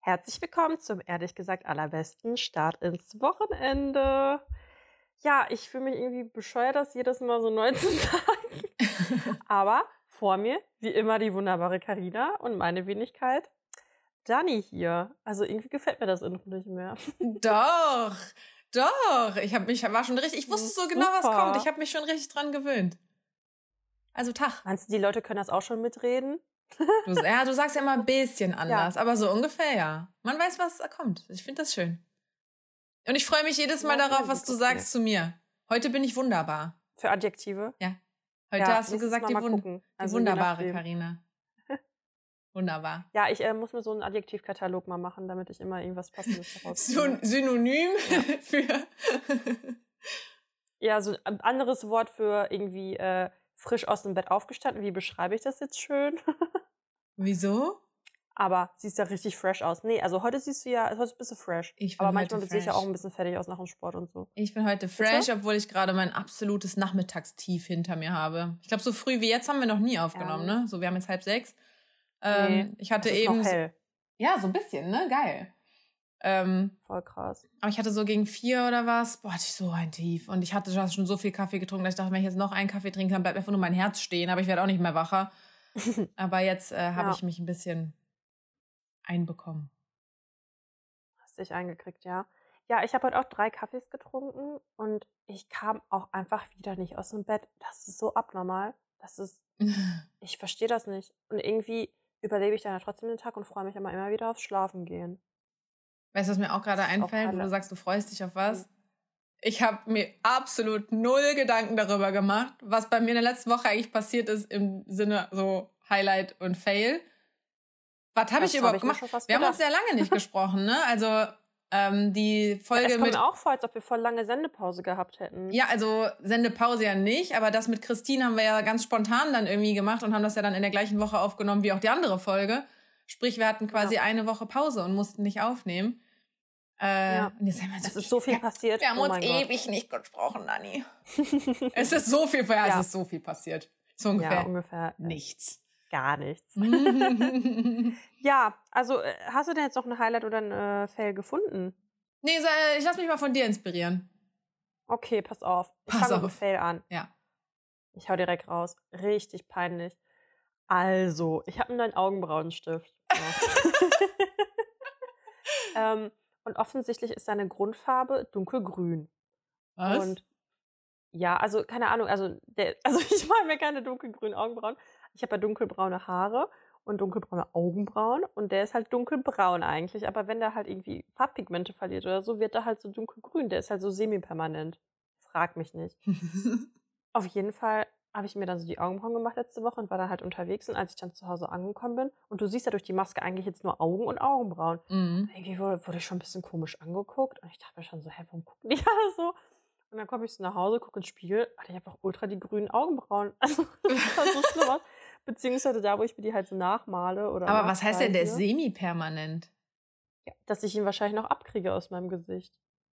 Herzlich willkommen zum ehrlich gesagt allerbesten Start ins Wochenende. Ja, ich fühle mich irgendwie bescheuert, das jedes Mal so neu zu sagen. Aber vor mir, wie immer, die wunderbare Carina und meine Wenigkeit, Dani hier. Also irgendwie gefällt mir das Intro nicht mehr. Doch, doch. War schon richtig, ich wusste so genau, was kommt. Ich habe mich schon richtig dran gewöhnt. Also Tag. Meinst du, die Leute können das auch schon mitreden? Du sagst ja immer ein bisschen anders, aber so ungefähr, ja. Man weiß, was da kommt. Ich finde das schön. Und ich freue mich jedes Mal darauf, was du sagst zu mir. Heute bin ich wunderbar. Für Adjektive? Ja. Heute hast du gesagt, die wunderbare Carina. Wunderbar. Ja, ich muss mir so einen Adjektivkatalog mal machen, damit ich immer irgendwas Passendes daraus So ein Synonym für... Ja, so ein anderes Wort für irgendwie frisch aus dem Bett aufgestanden. Wie beschreibe ich das jetzt schön? Wieso? Aber siehst ja richtig fresh aus. Nee, also heute bist du fresh. Aber manchmal sehe ich ja auch ein bisschen fertig aus nach dem Sport und so. Ich bin heute fresh, obwohl ich gerade mein absolutes Nachmittagstief hinter mir habe. Ich glaube, so früh wie jetzt haben wir noch nie aufgenommen, ne? So, wir haben jetzt 5:30. Nee, ich hatte es ist eben noch hell. Ja, so ein bisschen, ne? Geil. Voll krass. Aber ich hatte so gegen 4 oder was, hatte ich so ein Tief. Und ich hatte schon so viel Kaffee getrunken, dass ich dachte, wenn ich jetzt noch einen Kaffee trinke, dann bleibt einfach nur mein Herz stehen. Aber ich werde auch nicht mehr wacher. Aber jetzt habe ich mich ein bisschen einbekommen. Hast dich eingekriegt, ja. Ja, ich habe heute auch 3 Kaffees getrunken und ich kam auch einfach wieder nicht aus dem Bett. Das ist so abnormal. Ich verstehe das nicht. Und irgendwie überlebe ich dann ja trotzdem den Tag und freue mich immer wieder aufs Schlafen gehen. Weißt du, was mir auch gerade einfällt, wo du sagst, du freust dich auf was? Ich habe mir absolut 0 Gedanken darüber gemacht, was bei mir in der letzten Woche eigentlich passiert ist im Sinne so Highlight und Fail. Was habe ich überhaupt gemacht? Wir haben uns sehr lange nicht gesprochen, ne? Also die Folge es kommt mir auch vor, als ob wir voll lange Sendepause gehabt hätten. Ja, also Sendepause ja nicht, aber das mit Christine haben wir ja ganz spontan dann irgendwie gemacht und haben das ja dann in der gleichen Woche aufgenommen wie auch die andere Folge. Sprich, wir hatten quasi eine Woche Pause und mussten nicht aufnehmen. Und jetzt haben wir es ist so viel passiert. Wir haben uns ewig nicht gesprochen, Dani. Es ist so viel vorher, es ist so viel passiert. So ungefähr nichts. Gar nichts. Ja, also hast du denn jetzt noch ein Highlight oder ein Fail gefunden? Nee, ich lass mich mal von dir inspirieren. Okay, pass auf. Ich fange mit Fail an. Ja. Ich hau direkt raus. Richtig peinlich. Also, ich habe einen neuen Augenbrauenstift. Und offensichtlich ist seine Grundfarbe dunkelgrün. Was? Und ja, also keine Ahnung, also ich mache mir keine dunkelgrünen Augenbrauen. Ich habe ja dunkelbraune Haare und dunkelbraune Augenbrauen und der ist halt dunkelbraun eigentlich. Aber wenn der halt irgendwie Farbpigmente verliert oder so, wird er halt so dunkelgrün. Der ist halt so semi-permanent. Frag mich nicht. Auf jeden Fall habe ich mir dann so die Augenbrauen gemacht letzte Woche und war dann halt unterwegs. Und als ich dann zu Hause angekommen bin, und du siehst ja durch die Maske eigentlich jetzt nur Augen und Augenbrauen. Irgendwie wurde ich schon ein bisschen komisch angeguckt. Und ich dachte mir schon so, hä, warum gucken die alle so? Und dann komme ich so nach Hause, gucke ins Spiegel, hatte ich einfach ultra die grünen Augenbrauen. Also, das war so schlimm aus. Beziehungsweise da, wo ich mir die halt so nachmale. Aber was heißt denn, der ist semi-permanent? Ja, dass ich ihn wahrscheinlich noch abkriege aus meinem Gesicht.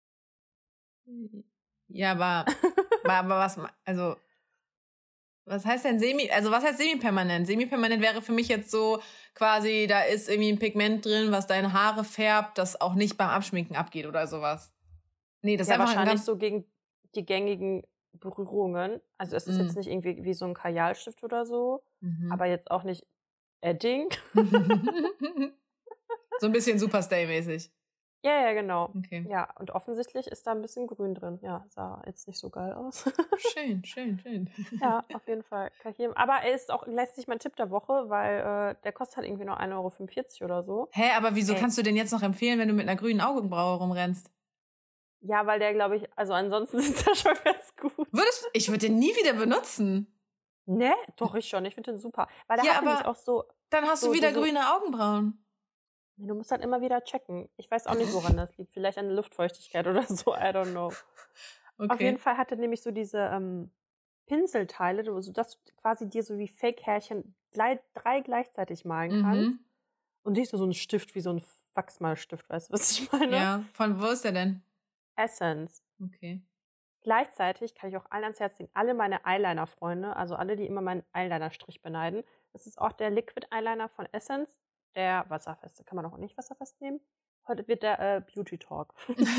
Ja, aber was, also, was heißt denn was heißt semi-permanent? Semi-permanent wäre für mich jetzt so quasi, da ist irgendwie ein Pigment drin, was deine Haare färbt, das auch nicht beim Abschminken abgeht oder sowas. Nee, das ist einfach wahrscheinlich so gegen die gängigen Berührungen. Also es ist jetzt nicht irgendwie wie so ein Kajalstift oder so, aber jetzt auch nicht Edding. So ein bisschen Superstay-mäßig. Ja, genau. Okay. Ja, und offensichtlich ist da ein bisschen grün drin. Ja, sah jetzt nicht so geil aus. Schön. Ja, auf jeden Fall. Aber er ist auch letztlich mein Tipp der Woche, weil der kostet halt irgendwie nur 1,45 € oder so. Hä, aber wieso kannst du den jetzt noch empfehlen, wenn du mit einer grünen Augenbraue rumrennst? Ja, weil der, glaube ich, also ansonsten ist der schon ganz gut. Ich würde den nie wieder benutzen. Ne? Doch, ich schon. Ich finde den super. Weil der hat nämlich auch so... Dann hast du wieder grüne Augenbrauen. Du musst halt immer wieder checken. Ich weiß auch nicht, woran das liegt. Vielleicht an der Luftfeuchtigkeit oder so. I don't know. Okay. Auf jeden Fall hatte nämlich so diese Pinselteile, dass du quasi dir so wie Fake-Härchen 3 gleichzeitig malen kannst. Und nicht so ein Stift wie so ein Wachsmalstift. Weißt du, was ich meine? Ja, von wo ist der denn? Essence. Okay. Gleichzeitig kann ich auch allen ans Herz legen, alle meine Eyeliner-Freunde, also alle, die immer meinen Eyeliner-Strich beneiden, das ist auch der Liquid Eyeliner von Essence. der wasserfeste. Kann man auch nicht wasserfest nehmen? Heute wird der Beauty Talk.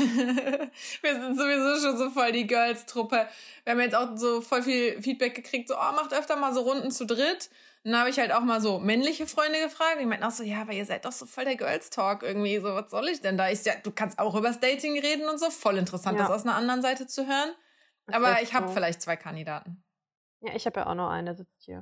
Wir sind sowieso schon so voll die Girls-Truppe. Wir haben jetzt auch so voll viel Feedback gekriegt, so, macht öfter mal so Runden zu dritt. Und dann habe ich halt auch mal so männliche Freunde gefragt. Die meinten auch so, ja, aber ihr seid doch so voll der Girls-Talk irgendwie. So, was soll ich denn da? Du kannst auch über das Dating reden und so. Voll interessant, das aus einer anderen Seite zu hören. Aber ich habe vielleicht 2 Kandidaten. Ja, ich habe ja auch noch einen, der sitzt hier.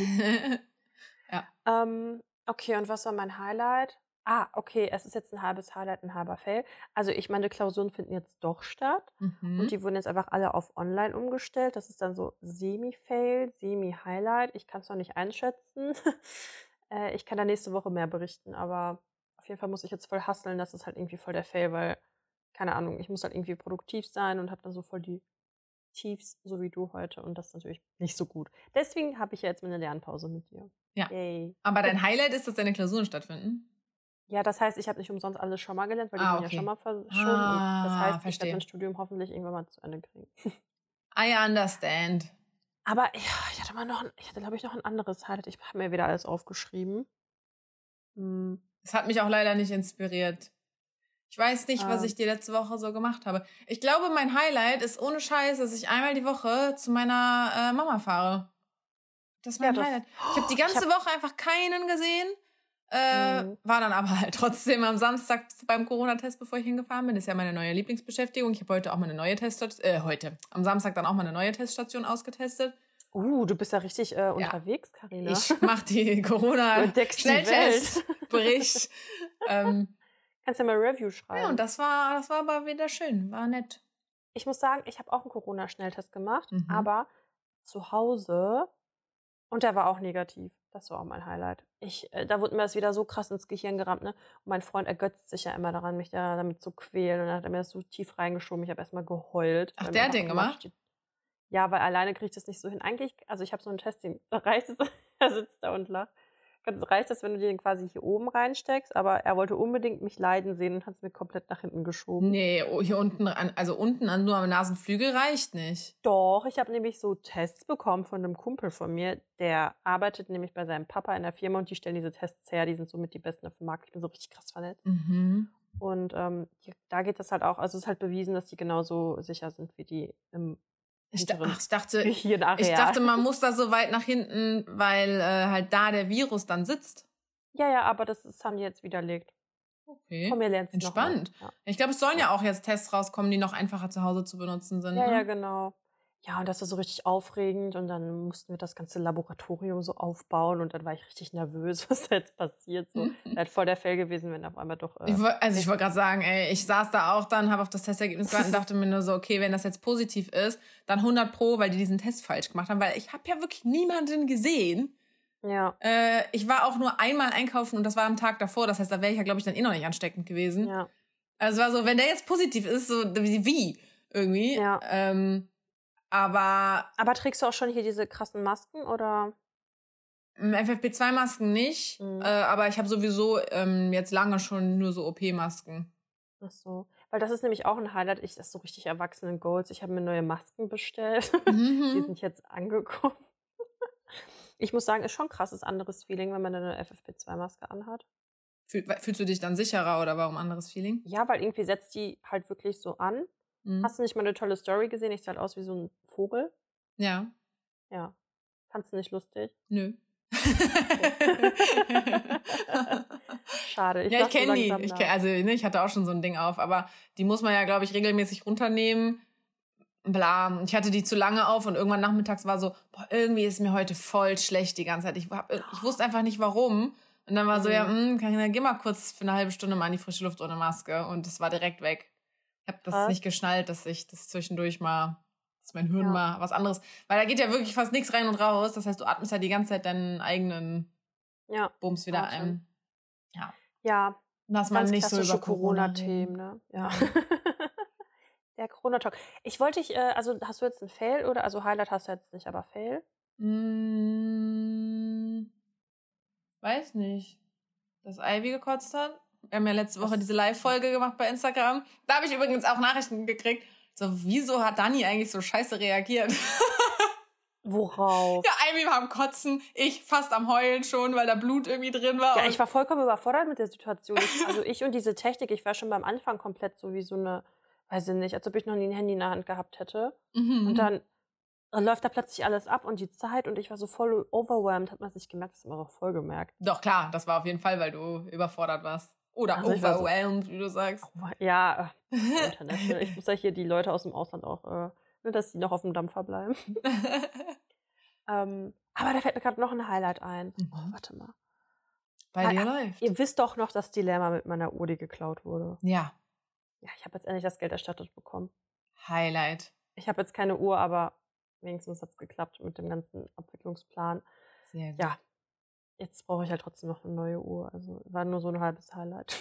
Ja. Okay, und was war mein Highlight? Okay, es ist jetzt ein halbes Highlight, ein halber Fail. Also meine Klausuren finden jetzt doch statt. Und die wurden jetzt einfach alle auf online umgestellt. Das ist dann so Semi-Fail, Semi-Highlight. Ich kann es noch nicht einschätzen. Ich kann da nächste Woche mehr berichten, aber auf jeden Fall muss ich jetzt voll hustlen. Das ist halt irgendwie voll der Fail, weil, keine Ahnung, ich muss halt irgendwie produktiv sein und habe dann so voll die Tiefs, so wie du heute. Und das ist natürlich nicht so gut. Deswegen habe ich ja jetzt meine Lernpause mit dir. Ja. Yay. Aber dein Highlight ist, dass deine Klausuren stattfinden? Ja, das heißt, ich habe nicht umsonst alles schon mal gelernt, weil die wurden ja schon mal verschoben. Und das heißt, ich werde mein Studium hoffentlich irgendwann mal zu Ende kriegen. I understand. Aber ich hatte, glaube ich, noch ein anderes Highlight. Ich habe mir wieder alles aufgeschrieben. Das hat mich auch leider nicht inspiriert. Ich weiß nicht, was ich die letzte Woche so gemacht habe. Ich glaube, mein Highlight ist ohne Scheiß, dass ich einmal die Woche zu meiner Mama fahre. Das ist mein Highlight. Ich habe die ganze Woche einfach keinen gesehen. War dann aber halt trotzdem am Samstag beim Corona-Test, bevor ich hingefahren bin. Das ist ja meine neue Lieblingsbeschäftigung. Ich habe heute auch mal eine neue Teststation, am Samstag dann auch mal eine neue Teststation ausgetestet. Du bist ja richtig unterwegs, Carina. Ich mache die Corona-Schnelltest-Bericht. Kannst ja mal Review schreiben. Ja, und das war aber wieder schön, war nett. Ich muss sagen, ich habe auch einen Corona-Schnelltest gemacht, aber zu Hause und der war auch negativ. Das war auch mein Highlight. Da wurde mir das wieder so krass ins Gehirn gerammt, ne? Und mein Freund ergötzt sich ja immer daran, mich da damit zu quälen. Und dann hat er mir das so tief reingeschoben. Ich habe erstmal geheult. Ach, der hat den gemacht? Ja, weil alleine kriege ich das nicht so hin. Eigentlich, also ich habe so ein Testing, da reicht es, er sitzt da und lacht. Reicht das, wenn du den quasi hier oben reinsteckst, aber er wollte unbedingt mich leiden sehen und hat es mir komplett nach hinten geschoben. Nee, hier unten, nur am Nasenflügel reicht nicht. Doch, ich habe nämlich so Tests bekommen von einem Kumpel von mir, der arbeitet nämlich bei seinem Papa in der Firma und die stellen diese Tests her, die sind somit die besten auf dem Markt. Ich bin so richtig krass vernetzt. Und da geht das halt auch, also es ist halt bewiesen, dass die genauso sicher sind wie die im Ich dachte, man muss da so weit nach hinten, weil halt da der Virus dann sitzt. Ja, aber das haben die jetzt widerlegt. Okay, Von mir lernst du entspannt. Ja. Ich glaube, es sollen ja auch jetzt Tests rauskommen, die noch einfacher zu Hause zu benutzen sind. Ja, genau. Ja, und das war so richtig aufregend und dann mussten wir das ganze Laboratorium so aufbauen und dann war ich richtig nervös, was da jetzt passiert. So. Wäre halt voll der Fail gewesen, wenn auf einmal doch... ich wollte gerade sagen, ich saß da auch dann, habe auf das Testergebnis gewartet und dachte mir nur so, okay, wenn das jetzt positiv ist, dann 100%, weil die diesen Test falsch gemacht haben, weil ich habe ja wirklich niemanden gesehen. Ja. Ich war auch nur einmal einkaufen und das war am Tag davor, das heißt, da wäre ich ja, glaube ich, dann noch nicht ansteckend gewesen. Ja. Also es war so, wenn der jetzt positiv ist, so wie irgendwie. Ja. Aber trägst du auch schon hier diese krassen Masken, oder? FFP2-Masken nicht, aber ich habe sowieso jetzt lange schon nur so OP-Masken. Ach so, weil das ist nämlich auch ein Highlight. Das ist so richtig Erwachsenen-Goals. Ich habe mir neue Masken bestellt. Die sind jetzt angekommen. Ich muss sagen, ist schon ein krasses anderes Feeling, wenn man eine FFP2-Maske anhat. Fühlst du dich dann sicherer oder warum anderes Feeling? Ja, weil irgendwie setzt die halt wirklich so an. Hast du nicht mal eine tolle Story gesehen? Ich sehe halt aus wie so ein Vogel. Ja. Ja. Fandst du nicht lustig? Nö. Schade. Ich kenne die. Ich hatte auch schon so ein Ding auf, aber die muss man ja, glaube ich, regelmäßig runternehmen. Bla. Ich hatte die zu lange auf und irgendwann nachmittags war so, irgendwie ist mir heute voll schlecht die ganze Zeit. Ich wusste einfach nicht, warum. Und dann war so, Carina, geh mal kurz für eine halbe Stunde mal in die frische Luft ohne Maske. Und das war direkt weg. Ich habe das nicht geschnallt, dass ich das zwischendurch mal, dass mein Hirn mal was anderes, weil da geht ja wirklich fast nichts rein und raus. Das heißt, du atmest ja die ganze Zeit deinen eigenen Bums wieder ein. Ja. Dass man nicht so über Corona-Themen, ne? Ja. Der Corona-Talk. Ich wollte dich, also hast du jetzt einen Fail oder, also Highlight hast du jetzt nicht, aber Fail? Weiß nicht. Dass Ivy gekotzt hat. Wir haben ja letzte Woche diese Live-Folge gemacht bei Instagram. Da habe ich übrigens auch Nachrichten gekriegt. So, wieso hat Dani eigentlich so scheiße reagiert? Worauf? Ja, Ivy war am Kotzen, ich fast am Heulen schon, weil da Blut irgendwie drin war. Ja, ich war vollkommen überfordert mit der Situation. Ich und diese Technik, ich war schon beim Anfang komplett so wie so eine, weiß ich nicht, als ob ich noch nie ein Handy in der Hand gehabt hätte. Und dann läuft da plötzlich alles ab und die Zeit und ich war so voll overwhelmed. Hat man sich gemerkt, das hat man auch voll gemerkt. Doch, klar, das war auf jeden Fall, weil du überfordert warst. Oder also overwhelmed, so, wie du sagst. Ja, international. Ich muss ja hier die Leute aus dem Ausland auch, dass die noch auf dem Dampfer bleiben. Aber da fällt mir gerade noch ein Highlight ein. Oh, warte mal. Bei dir läuft. Ihr wisst doch noch das Dilemma mit meiner Uhr, die geklaut wurde. Ja. Ja, ich habe jetzt endlich das Geld erstattet bekommen. Highlight. Ich habe jetzt keine Uhr, aber wenigstens hat es geklappt mit dem ganzen Abwicklungsplan. Sehr gut. Ja, jetzt brauche ich halt trotzdem noch eine neue Uhr. Also war nur so ein halbes Highlight.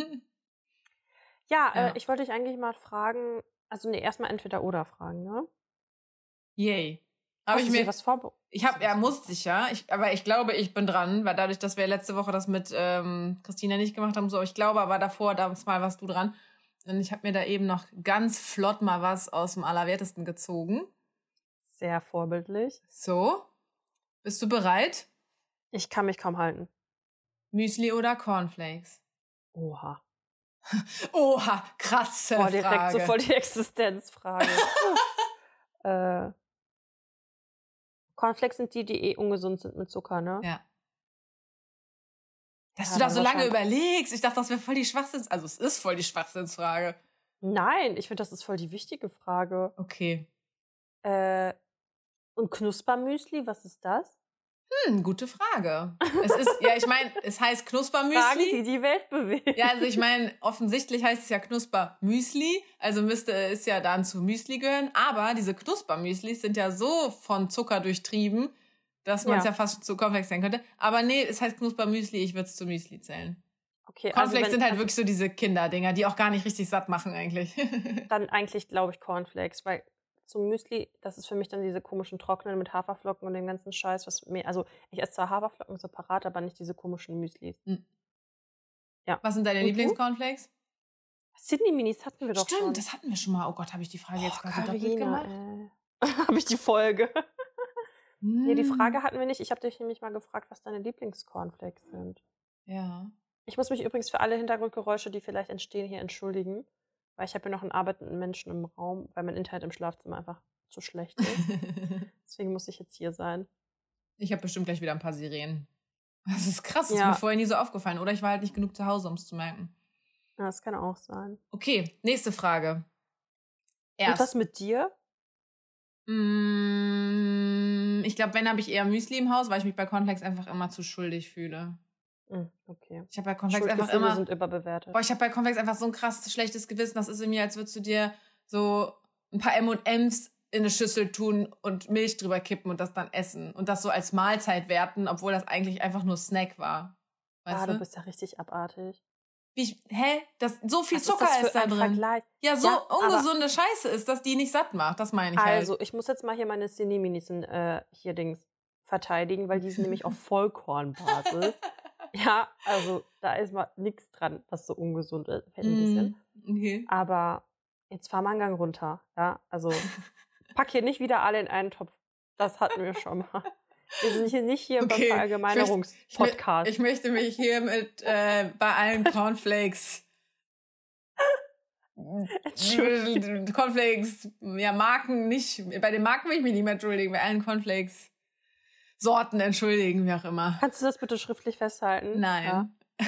Ja, ich wollte dich eigentlich mal fragen, also erstmal entweder oder fragen, ne? Yay. Hast du dir was vorbereitet? Musste ich ja. Aber ich glaube, ich bin dran, weil dadurch, dass wir letzte Woche das mit Christina nicht gemacht haben, so, ich glaube, aber davor, damals mal warst du dran. Und ich habe mir da eben noch ganz flott mal was aus dem Allerwertesten gezogen. Sehr vorbildlich. So, bist du bereit? Ich kann mich kaum halten. Müsli oder Cornflakes? Oha. Oha, krasse Frage. Direkt so voll die Existenzfrage. Cornflakes sind die ungesund sind mit Zucker, ne? Ja. Dass du da so lange überlegst. Ich dachte, das wäre voll die Also es ist voll die Schwachsinnsfrage. Nein, ich finde, das ist voll die wichtige Frage. Okay. Und Knuspermüsli, was ist das? Gute Frage. Es ist, ich meine, es heißt Knuspermüsli. Fragen, die die Welt bewegen. Ja, also ich meine, offensichtlich heißt es ja Knuspermüsli, also müsste es ja dann zu Müsli gehören. Aber diese Knuspermüslis sind ja so von Zucker durchtrieben, dass man es ja fast zu Cornflakes sein könnte. Aber nee, es heißt Knuspermüsli, ich würde es zu Müsli zählen. Okay, Cornflakes sind halt wirklich so diese Kinderdinger, die auch gar nicht richtig satt machen eigentlich. Dann eigentlich glaube ich Cornflakes, weil zum Müsli, das ist für mich dann diese komischen Trockenen mit Haferflocken und dem ganzen Scheiß, also ich esse zwar Haferflocken separat, aber nicht diese komischen Müslis. Ja. Was sind deine Lieblingscornflakes? Sydney Minis hatten wir doch schon. Stimmt, das hatten wir schon mal. Oh Gott, habe ich die Frage jetzt quasi doppelt gemacht? Habe ich die Folge? Nee, die Frage hatten wir nicht. Ich habe dich nämlich mal gefragt, was deine Lieblingscornflakes sind. Ja. Ich muss mich übrigens für alle Hintergrundgeräusche, die vielleicht entstehen, hier entschuldigen. Weil ich habe ja noch einen arbeitenden Menschen im Raum, weil mein Internet im Schlafzimmer einfach zu schlecht ist. Deswegen muss ich jetzt hier sein. Ich habe bestimmt gleich wieder ein paar Sirenen. Das ist krass, das ist mir vorher nie so aufgefallen. Oder ich war halt nicht genug zu Hause, um es zu merken. Ja, das kann auch sein. Okay, nächste Frage. Und was mit dir? Ich glaube, wenn, habe ich eher Müsli im Haus, weil ich mich bei Cornflakes einfach immer zu schuldig fühle. Okay. Ich habe bei Cornflakes einfach immer. Sind überbewertet. Boah, ich habe bei Cornflakes einfach so ein krasses schlechtes Gewissen. Das ist in mir, als würdest du dir so ein paar M&Ms in eine Schüssel tun und Milch drüber kippen und das dann essen und das so als Mahlzeit werten, obwohl das eigentlich einfach nur Snack war. Weißt du? Du bist ja richtig abartig. So viel Zucker ist da drin. Vergleich? Ja, so ungesunde Scheiße ist, dass die nicht satt macht. Das meine ich halt. Also, ich muss jetzt mal hier meine Cineminis verteidigen, weil die sind nämlich auf Vollkornbasis. Ja, also da ist mal nichts dran, was so ungesund ist. Fällt ein bisschen. Okay. Aber jetzt fahr mal einen Gang runter. Ja, also pack hier nicht wieder alle in einen Topf. Das hatten wir schon mal. Wir sind hier nicht beim Verallgemeinerungspodcast. Ich möchte mich hiermit bei allen Cornflakes Cornflakes, Marken nicht, bei den Marken will ich mich nicht mehr entschuldigen, bei allen Cornflakes Sorten entschuldigen, wie auch immer. Kannst du das bitte schriftlich festhalten? Nein. Ja.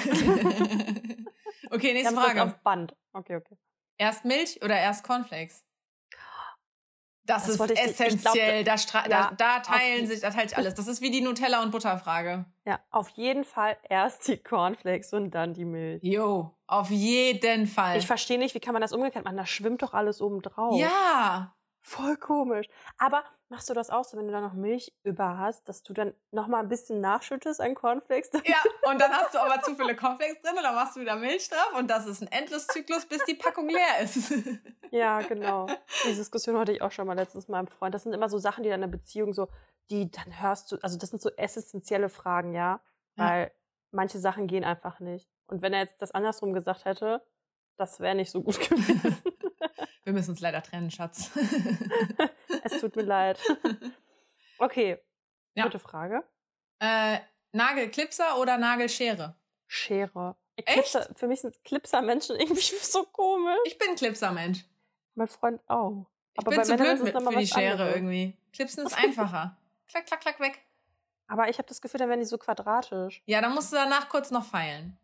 Okay, nächste Frage. Auf Band. Okay. Erst Milch oder erst Cornflakes? Das ist essentiell. Da teilt sich alles. Das ist wie die Nutella- und Butterfrage. Ja, auf jeden Fall erst die Cornflakes und dann die Milch. Jo, auf jeden Fall. Ich verstehe nicht, wie kann man das umgekehrt machen? Da schwimmt doch alles oben drauf. Ja. Voll komisch. Aber machst du das auch so, wenn du da noch Milch über hast, dass du dann nochmal ein bisschen nachschüttest an Cornflakes? Ja, und dann hast du aber zu viele Cornflakes drin und dann machst du wieder Milch drauf und das ist ein Endloszyklus, bis die Packung leer ist. Ja, genau. Die Diskussion hatte ich auch schon mal letztens mit meinem Freund. Das sind immer so Sachen, die dann in der Beziehung so, die dann hörst du, also das sind so essentielle Fragen, ja, weil manche Sachen gehen einfach nicht. Und wenn er jetzt das andersrum gesagt hätte, das wäre nicht so gut gewesen. Wir müssen uns leider trennen, Schatz. Es tut mir leid. Okay, Ja. gute Frage. Nagelklipser oder Nagelschere? Schere. Echt? Für mich sind Clipser-Menschen irgendwie so komisch. Ich bin ein Clipser-Mensch. Mein Freund auch. Ich Aber bin bei zu Männern blöd ist es nochmal für die was Schere anderes. irgendwie. Clipsen ist einfacher. Klack, klack, klack, weg. Aber ich habe das Gefühl, dann werden die so quadratisch. Ja, dann musst du danach kurz noch feilen.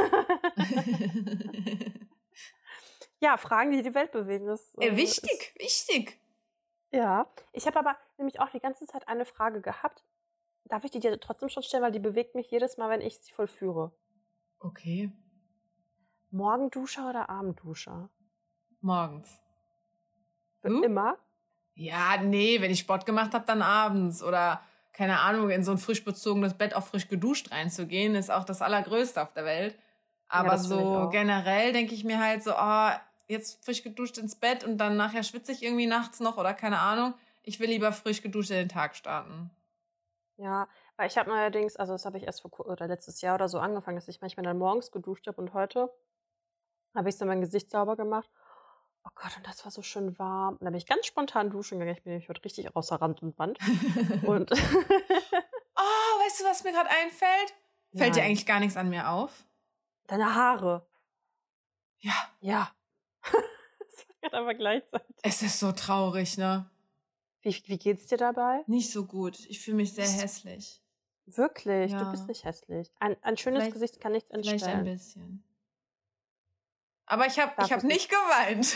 Ja, Fragen, die die Welt bewegen. Das, wichtig, wichtig. Ja, ich habe aber nämlich auch die ganze Zeit eine Frage gehabt. Darf ich die dir trotzdem schon stellen, weil die bewegt mich jedes Mal, wenn ich sie vollführe. Okay. Morgenduscher oder Abendduscher? Morgens. Für immer? Ja, nee, wenn ich Sport gemacht habe, dann abends. Oder, keine Ahnung, in so ein frisch bezogenes Bett auch frisch geduscht reinzugehen, ist auch das Allergrößte auf der Welt. Aber das finde ich so auch. generell denke ich mir halt so, jetzt frisch geduscht ins Bett und dann nachher schwitze ich irgendwie nachts noch oder keine Ahnung. Ich will lieber frisch geduscht in den Tag starten. Ja, weil ich habe neuerdings, also das habe ich erst oder letztes Jahr oder so angefangen, dass ich manchmal dann morgens geduscht habe und heute habe ich so mein Gesicht sauber gemacht. Oh Gott, und das war so schön warm. Und dann bin ich ganz spontan duschen gegangen. Ich bin nämlich heute richtig außer Rand und Band. Und weißt du, was mir gerade einfällt? Fällt dir Nein. eigentlich gar nichts an mir auf? Deine Haare. Ja. Ja. Das war gerade aber gleichzeitig. Es ist so traurig, ne? Wie geht's dir dabei? Nicht so gut. Ich fühle mich sehr hässlich. Wirklich? Ja. Du bist nicht hässlich. Ein schönes Vielleicht- Gesicht kann nichts entstellen. Vielleicht ein bisschen. Aber ich hab Darf es nicht geweint.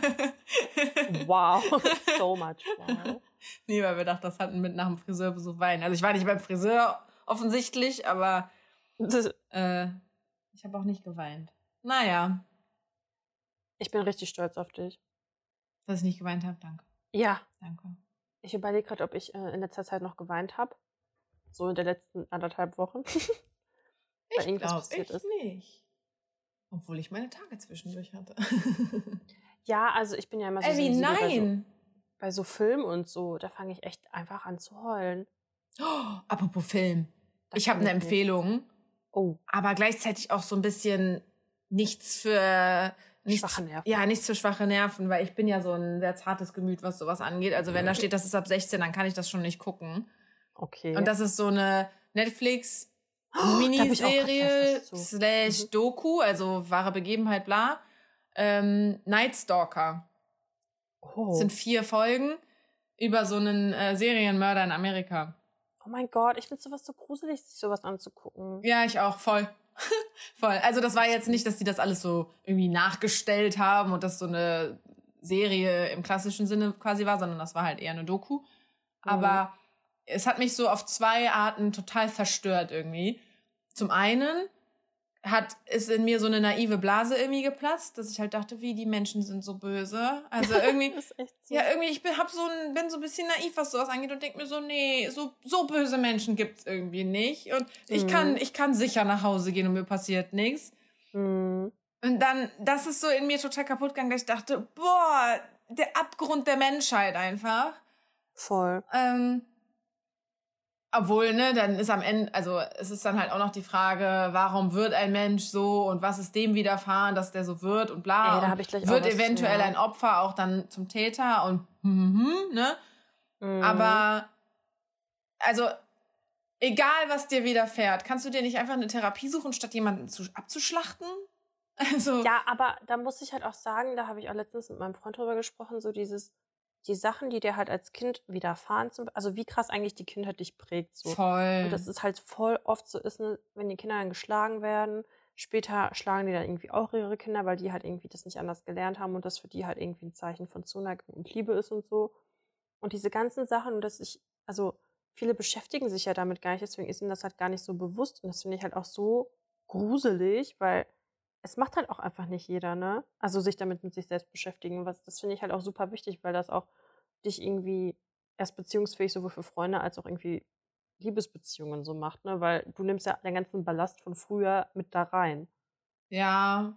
Wow, so much wow. Nee, weil wir dachten, das hatten mit nach dem Friseurbesuch weinen. Also ich war nicht beim Friseur offensichtlich, aber ich habe auch nicht geweint. Naja, Ich bin richtig stolz auf dich. dass ich nicht geweint habe. Danke. Ja, Danke. ich überlege gerade, ob ich in letzter Zeit noch geweint habe. So in den letzten 1,5 Wochen. Weil irgendwas passiert ist. nicht. Obwohl ich meine Tage zwischendurch hatte. Ja, also ich bin ja immer so Wie sensibel nein? bei so Filmen und so. Da fange ich echt einfach an zu heulen. Apropos Film. Das Ich habe kann eine ich nicht. Empfehlung, Oh, aber gleichzeitig auch so ein bisschen nichts für schwache Nerven. Ja, nichts für schwache Nerven, weil ich bin ja so ein sehr zartes Gemüt, was sowas angeht. Also wenn da steht, das ist ab 16, dann kann ich das schon nicht gucken. Okay. Und das ist so eine Netflix da hab ich auch grad Miniserie gleich was zu. / Doku, also wahre Begebenheit, bla. Night Stalker. Oh. Das sind 4 Folgen über so einen Serienmörder in Amerika. Oh mein Gott, ich finde sowas so gruselig, sich sowas anzugucken. Ja, ich auch, voll. Voll. Also das war jetzt nicht, dass die das alles so irgendwie nachgestellt haben und das so eine Serie im klassischen Sinne quasi war, sondern das war halt eher eine Doku. Aber es hat mich so auf 2 Arten total verstört irgendwie. Zum einen ist in mir so eine naive Blase irgendwie geplatzt, dass ich halt dachte, wie die Menschen sind so böse. Also irgendwie, Das ist echt so. ja, irgendwie, ich bin so ein bisschen naiv, was sowas angeht und denke mir so, nee, so böse Menschen gibt's irgendwie nicht. Und ich kann sicher nach Hause gehen und mir passiert nichts. Mhm. Und dann, das ist so in mir total kaputt gegangen, dass ich dachte, boah, der Abgrund der Menschheit einfach. Voll. Obwohl, ne, dann ist am Ende, also es ist dann halt auch noch die Frage, warum wird ein Mensch so und was ist dem widerfahren, dass der so wird und bla. Ey, da und hab ich gleich auch wird was zu, eventuell ja. ein Opfer auch dann zum Täter und ne? Aber, also, egal was dir widerfährt, kannst du dir nicht einfach eine Therapie suchen, statt jemanden abzuschlachten? Also, Ja, aber da muss ich halt auch sagen, da habe ich auch letztens mit meinem Freund drüber gesprochen, so die Sachen, die dir halt als Kind widerfahren, also wie krass eigentlich die Kindheit dich prägt. So. voll. Und das ist halt voll oft so ist, ne, wenn die Kinder dann geschlagen werden, später schlagen die dann irgendwie auch ihre Kinder, weil die halt irgendwie das nicht anders gelernt haben und das für die halt irgendwie ein Zeichen von Zuneigung und Liebe ist und so. Und diese ganzen Sachen, und also viele beschäftigen sich ja damit gar nicht, deswegen ist ihnen das halt gar nicht so bewusst. Und das finde ich halt auch so gruselig, weil es macht halt auch einfach nicht jeder, ne? Also sich damit mit sich selbst beschäftigen. Das finde ich halt auch super wichtig, weil das auch dich irgendwie erst beziehungsfähig sowohl für Freunde als auch irgendwie Liebesbeziehungen so macht, ne? Weil du nimmst ja den ganzen Ballast von früher mit da rein. Ja,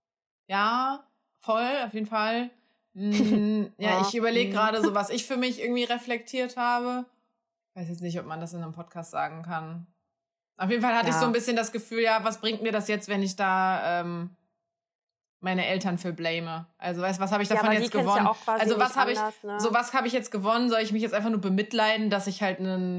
voll, auf jeden Fall. Ja, ich überlege gerade so, was ich für mich irgendwie reflektiert habe. Ich weiß jetzt nicht, ob man das in einem Podcast sagen kann. Auf jeden Fall hatte ich so ein bisschen das Gefühl, ja, was bringt mir das jetzt, wenn ich da meine Eltern für blame. Also, weißt du, was habe ich davon aber jetzt die kennst gewonnen? ja auch quasi Also, was nicht habe ich, anders, ne? so was habe ich jetzt gewonnen? Soll ich mich jetzt einfach nur bemitleiden, dass ich halt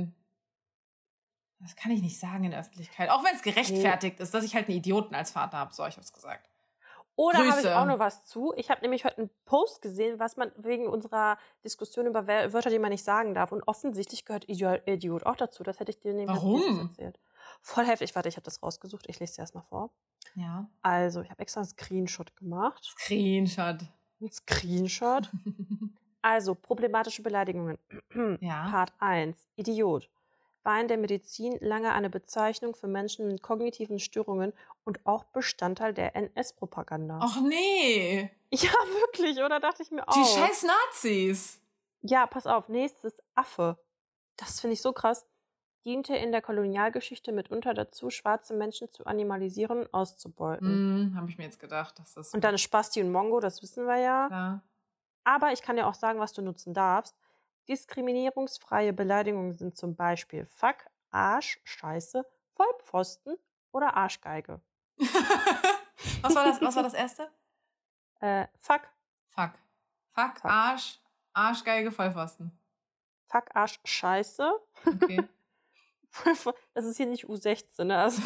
das kann ich nicht sagen in der Öffentlichkeit. Auch wenn es gerechtfertigt ist, dass ich halt einen Idioten als Vater habe, so habe ich es gesagt. Oder habe ich Grüße. auch noch was zu? Ich habe nämlich heute einen Post gesehen, was man wegen unserer Diskussion über Wörter, die man nicht sagen darf. Und offensichtlich gehört Idiot auch dazu. Das hätte ich dir nämlich als nächstes Warum? erzählt. Voll heftig. Warte, ich habe das rausgesucht. Ich lese dir erstmal vor. Ja. Also, ich habe extra einen Screenshot gemacht. Screenshot. Ein Screenshot. Also, problematische Beleidigungen. Ja. Part 1. Idiot. War in der Medizin lange eine Bezeichnung für Menschen mit kognitiven Störungen und auch Bestandteil der NS-Propaganda. Ach nee. Ja, wirklich, oder? Dachte ich mir auch. Die scheiß Nazis. Ja, pass auf. Nächstes, Affe. Das finde ich so krass. Diente in der Kolonialgeschichte mitunter dazu, schwarze Menschen zu animalisieren und auszubeuten. Habe ich mir jetzt gedacht, dass das... Und dann Spasti und Mongo, das wissen wir ja. Klar. Aber ich kann dir auch sagen, was du nutzen darfst. Diskriminierungsfreie Beleidigungen sind zum Beispiel Fuck, Arsch, Scheiße, Vollpfosten oder Arschgeige. Was war das erste? Fuck. Fuck. Fuck, Arsch, Arschgeige, Vollpfosten. Fuck, Arsch, Scheiße. Okay. Das ist hier nicht U16, ne? Also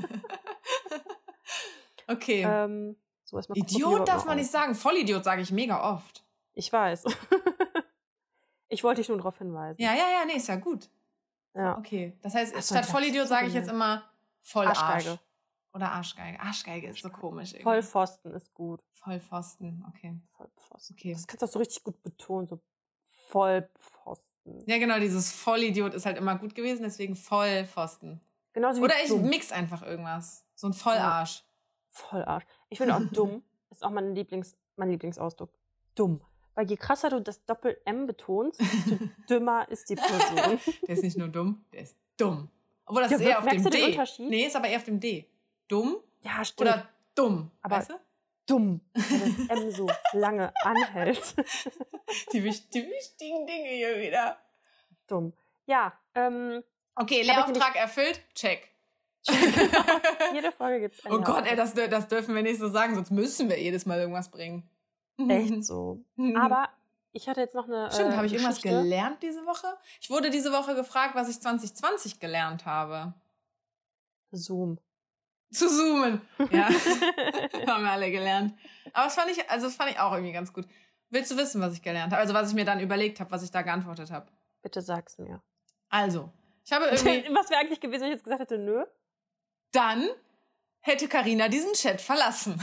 okay. So, Idiot darf man nicht sagen. Vollidiot sage ich mega oft. Ich weiß. Ich wollte dich nur darauf hinweisen. Ja, nee, ist ja gut. Ja. Okay, das heißt, statt Vollidiot sage ich jetzt immer Vollarsch. Arschgeige. Oder Arschgeige. Arschgeige ist so komisch irgendwie. Vollpfosten ist gut. Vollpfosten, okay. Vollpfosten. Okay. Das kannst du auch so richtig gut betonen, so Vollpfosten. Ja, genau, dieses Vollidiot ist halt immer gut gewesen, deswegen Vollpfosten. Genauso wie oder ich dumm. mix einfach irgendwas. So ein Vollarsch. Ja. Vollarsch. Ich finde auch dumm ist auch mein Lieblingsausdruck. Dumm. Weil je krasser du das Doppel-M betonst, desto dümmer ist die Person. Der ist nicht nur dumm, der ist dumm. Obwohl, das Ja, ist eher auf dem merkst du D. den Unterschied? Nee, ist aber eher auf dem D. Dumm Ja, stimmt. oder dumm, Aber weißt du? dumm, weil das M so lange anhält. Die wichtigen Dinge hier wieder. Dumm. Ja, okay, Lehrauftrag erfüllt, check. Jede Folge gibt es einen. Oh Gott, ey, das dürfen wir nicht so sagen, sonst müssen wir jedes Mal irgendwas bringen. Echt so. Aber ich hatte jetzt noch eine Stimmt, habe ich irgendwas Geschichte. gelernt diese Woche? Ich wurde diese Woche gefragt, was ich 2020 gelernt habe. Zoom. Zu zoomen. Ja, haben wir alle gelernt. Aber das fand ich auch irgendwie ganz gut. Willst du wissen, was ich gelernt habe? Also, was ich mir dann überlegt habe, was ich da geantwortet habe? Bitte sag's mir. Also, ich habe irgendwie... Was wäre eigentlich gewesen, wenn ich jetzt gesagt hätte, nö? Dann hätte Carina diesen Chat verlassen.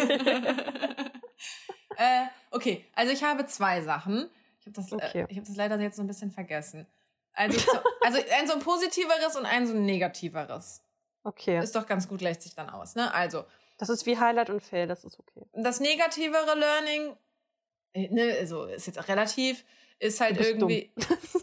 Okay, also ich habe 2 Sachen. Ich habe das leider jetzt so ein bisschen vergessen. Also ein so ein positiveres und ein so ein negativeres. Okay. Ist doch ganz gut, gleicht sich dann aus, ne? Also. Das ist wie Highlight und Fail, das ist okay. Das negativere Learning, ne, also ist jetzt auch relativ, ist halt irgendwie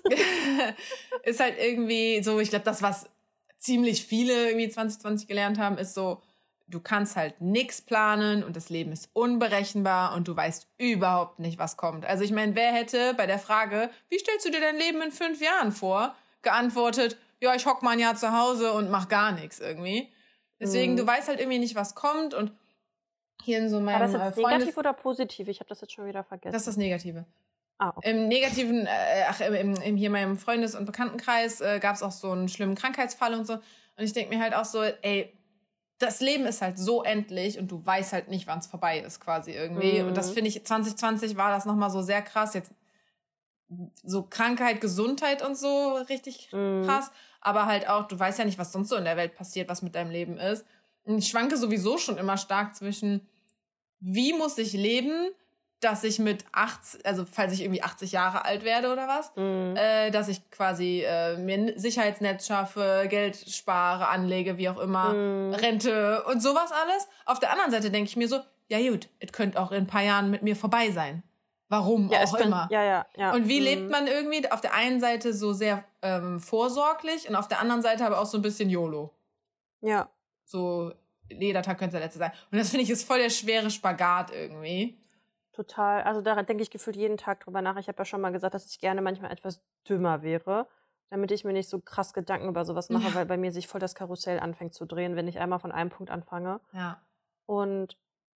ist halt irgendwie so, ich glaube, das, was ziemlich viele irgendwie 2020 gelernt haben, ist so, du kannst halt nichts planen und das Leben ist unberechenbar und du weißt überhaupt nicht, was kommt. Also ich meine, wer hätte bei der Frage, wie stellst du dir dein Leben in 5 Jahren vor, geantwortet, ja, ich hock mal ein Jahr zu Hause und mach gar nichts irgendwie. Deswegen, du weißt halt irgendwie nicht, was kommt und hier in so meinem War das jetzt negativ oder positiv? Ich habe das jetzt schon wieder vergessen. Das ist das Negative. Ah, okay. Im Negativen, hier in meinem Freundes- und Bekanntenkreis gab es auch so einen schlimmen Krankheitsfall und so. Und ich denke mir halt auch so, ey, das Leben ist halt so endlich und du weißt halt nicht, wann es vorbei ist quasi irgendwie. Und das finde ich, 2020 war das nochmal so sehr krass. Jetzt so Krankheit, Gesundheit und so richtig krass. Aber halt auch, du weißt ja nicht, was sonst so in der Welt passiert, was mit deinem Leben ist. Und ich schwanke sowieso schon immer stark zwischen, wie muss ich leben, dass ich mit 80, also falls ich irgendwie 80 Jahre alt werde oder was, dass ich quasi mir ein Sicherheitsnetz schaffe, Geld spare, anlege, wie auch immer, Rente und sowas alles. Auf der anderen Seite denke ich mir so, ja gut, es könnte auch in ein paar Jahren mit mir vorbei sein. Warum auch immer. Ja. Und wie lebt man irgendwie auf der einen Seite so sehr vorsorglich und auf der anderen Seite aber auch so ein bisschen YOLO. Ja. So, jeder Tag könnte der letzte sein. Und das finde ich ist voll der schwere Spagat irgendwie. Total. Also da denke ich gefühlt jeden Tag drüber nach. Ich habe ja schon mal gesagt, dass ich gerne manchmal etwas dümmer wäre, damit ich mir nicht so krass Gedanken über sowas mache, weil bei mir sich voll das Karussell anfängt zu drehen, wenn ich einmal von einem Punkt anfange. Ja. Und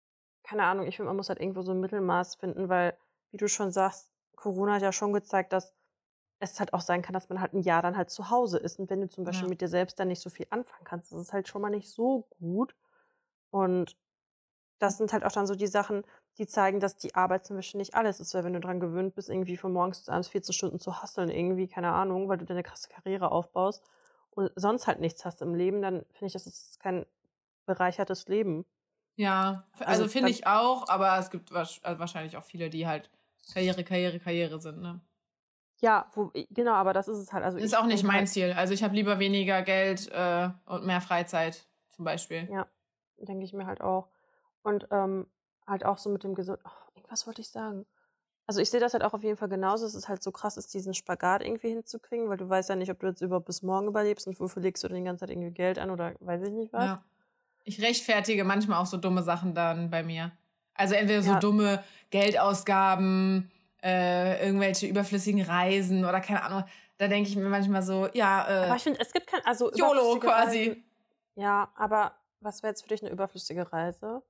keine Ahnung, ich finde, man muss halt irgendwo so ein Mittelmaß finden, weil, wie du schon sagst, Corona hat ja schon gezeigt, dass es halt auch sein kann, dass man halt ein Jahr dann halt zu Hause ist. Und wenn du zum Beispiel Ja. mit dir selbst dann nicht so viel anfangen kannst, das ist halt schon mal nicht so gut. Und das sind halt auch dann so die Sachen, die zeigen, dass die Arbeit zum Beispiel nicht alles ist. Weil wenn du dran gewöhnt bist, irgendwie von morgens bis abends 14 Stunden zu hustlen irgendwie, keine Ahnung, weil du deine krasse Karriere aufbaust und sonst halt nichts hast im Leben, dann finde ich, das ist kein bereichertes Leben. Ja, also finde ich auch, aber es gibt wahrscheinlich auch viele, die halt Karriere sind, ne? Ja, genau, aber das ist es halt. Also ist auch nicht mein Ziel. Also ich habe lieber weniger Geld und mehr Freizeit zum Beispiel. Ja, denke ich mir halt auch. Und halt auch so mit dem irgendwas wollte ich sagen. Also ich sehe das halt auch auf jeden Fall genauso. Es ist halt so krass, ist diesen Spagat irgendwie hinzukriegen, weil du weißt ja nicht, ob du jetzt überhaupt bis morgen überlebst und wofür legst du denn die ganze Zeit irgendwie Geld an oder weiß ich nicht was. Ja. Ich rechtfertige manchmal auch so dumme Sachen dann bei mir. Also entweder so dumme Geldausgaben, irgendwelche überflüssigen Reisen oder keine Ahnung. Da denke ich mir manchmal so, ja, aber ich finde, es gibt kein, also YOLO quasi. Reisen. Ja, aber was wäre jetzt für dich eine überflüssige Reise?